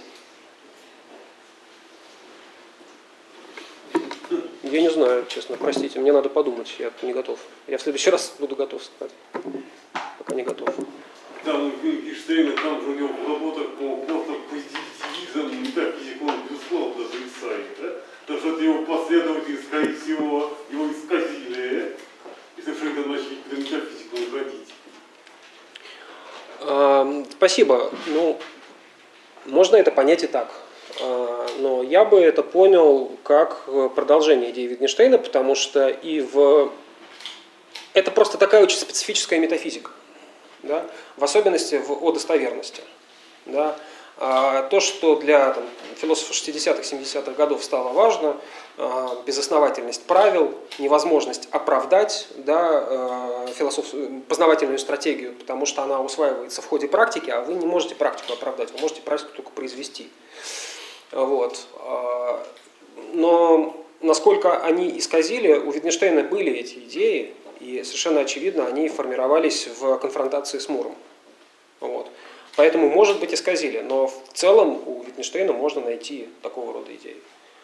Я не знаю, честно, простите, мне надо подумать, я не готов. Я в следующий раз буду готов сказать. Пока не готов. Там Витгенштейна, там же у него в работах по позитивизм, метафизику он безусловно отрицает, да? Потому что это его последователи, скорее всего, его исказили, и совершенно начали метафизику наводить. Спасибо. Ну, можно это понять и так. Но я бы это понял как продолжение идеи Витгенштейна, потому что это просто такая очень специфическая метафизика, да? В особенности о достоверности. Да? То, что для философов 60-х, 70-х годов стало важно, безосновательность правил, невозможность оправдать, да, познавательную стратегию, потому что она усваивается в ходе практики, а вы не можете практику оправдать, вы можете практику только произвести. Вот. Но насколько они исказили, у Витгенштейна были эти идеи, и совершенно очевидно, они формировались в конфронтации с Муром. Вот. Поэтому, может быть, исказили, но в целом у Витгенштейна можно найти такого рода идеи.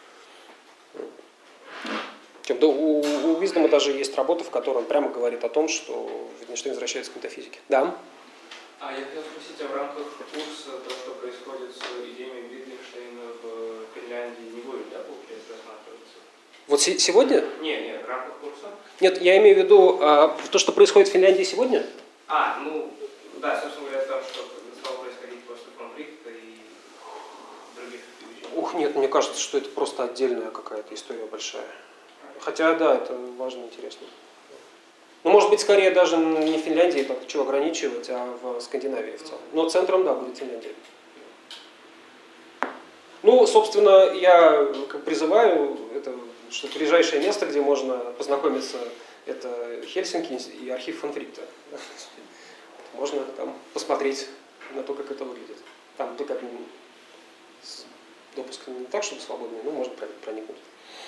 У Уиздома даже есть работа, в которой он прямо говорит о том, что Витгенштейн возвращается к метафизике. Да? Я хотел спросить, в рамках курса то, что происходит с идеями Витгенштейна в Финляндии, не будет, да, получается, рассматриваться? Вот сегодня? Нет, в рамках курса. Нет, я имею в виду то, что происходит в Финляндии сегодня? Да, собственно говоря, там, что стало происходить после конфликта и других вещей. Нет, мне кажется, что это просто отдельная какая-то история большая. Хотя, да, это важно, интересно. Ну, может быть, скорее даже не в Финляндии, так чего ограничивать, а в Скандинавии в целом. Но центром, да, будет Финляндия. Ну, собственно, я призываю, что ближайшее место, где можно познакомиться, это Хельсинки и архив фон Врихта. Можно там посмотреть на то, как это выглядит. Там как допуск не так, чтобы свободный, но можно проникнуть.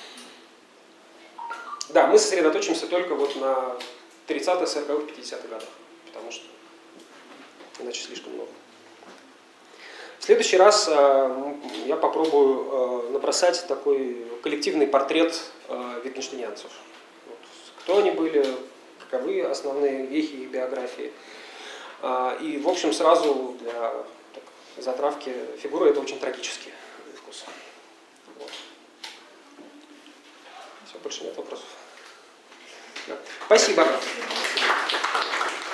Да, мы сосредоточимся только вот на 30-х, 40-х, 50-х годах, потому что иначе слишком много. В следующий раз я попробую набросать такой коллективный портрет витгенштейнянцев. Вот. Кто они были, каковы основные вехи их биографии. И, в общем, сразу для затравки фигуры это очень трагический вкус. Вот. Все, больше нет вопросов. Да. Спасибо.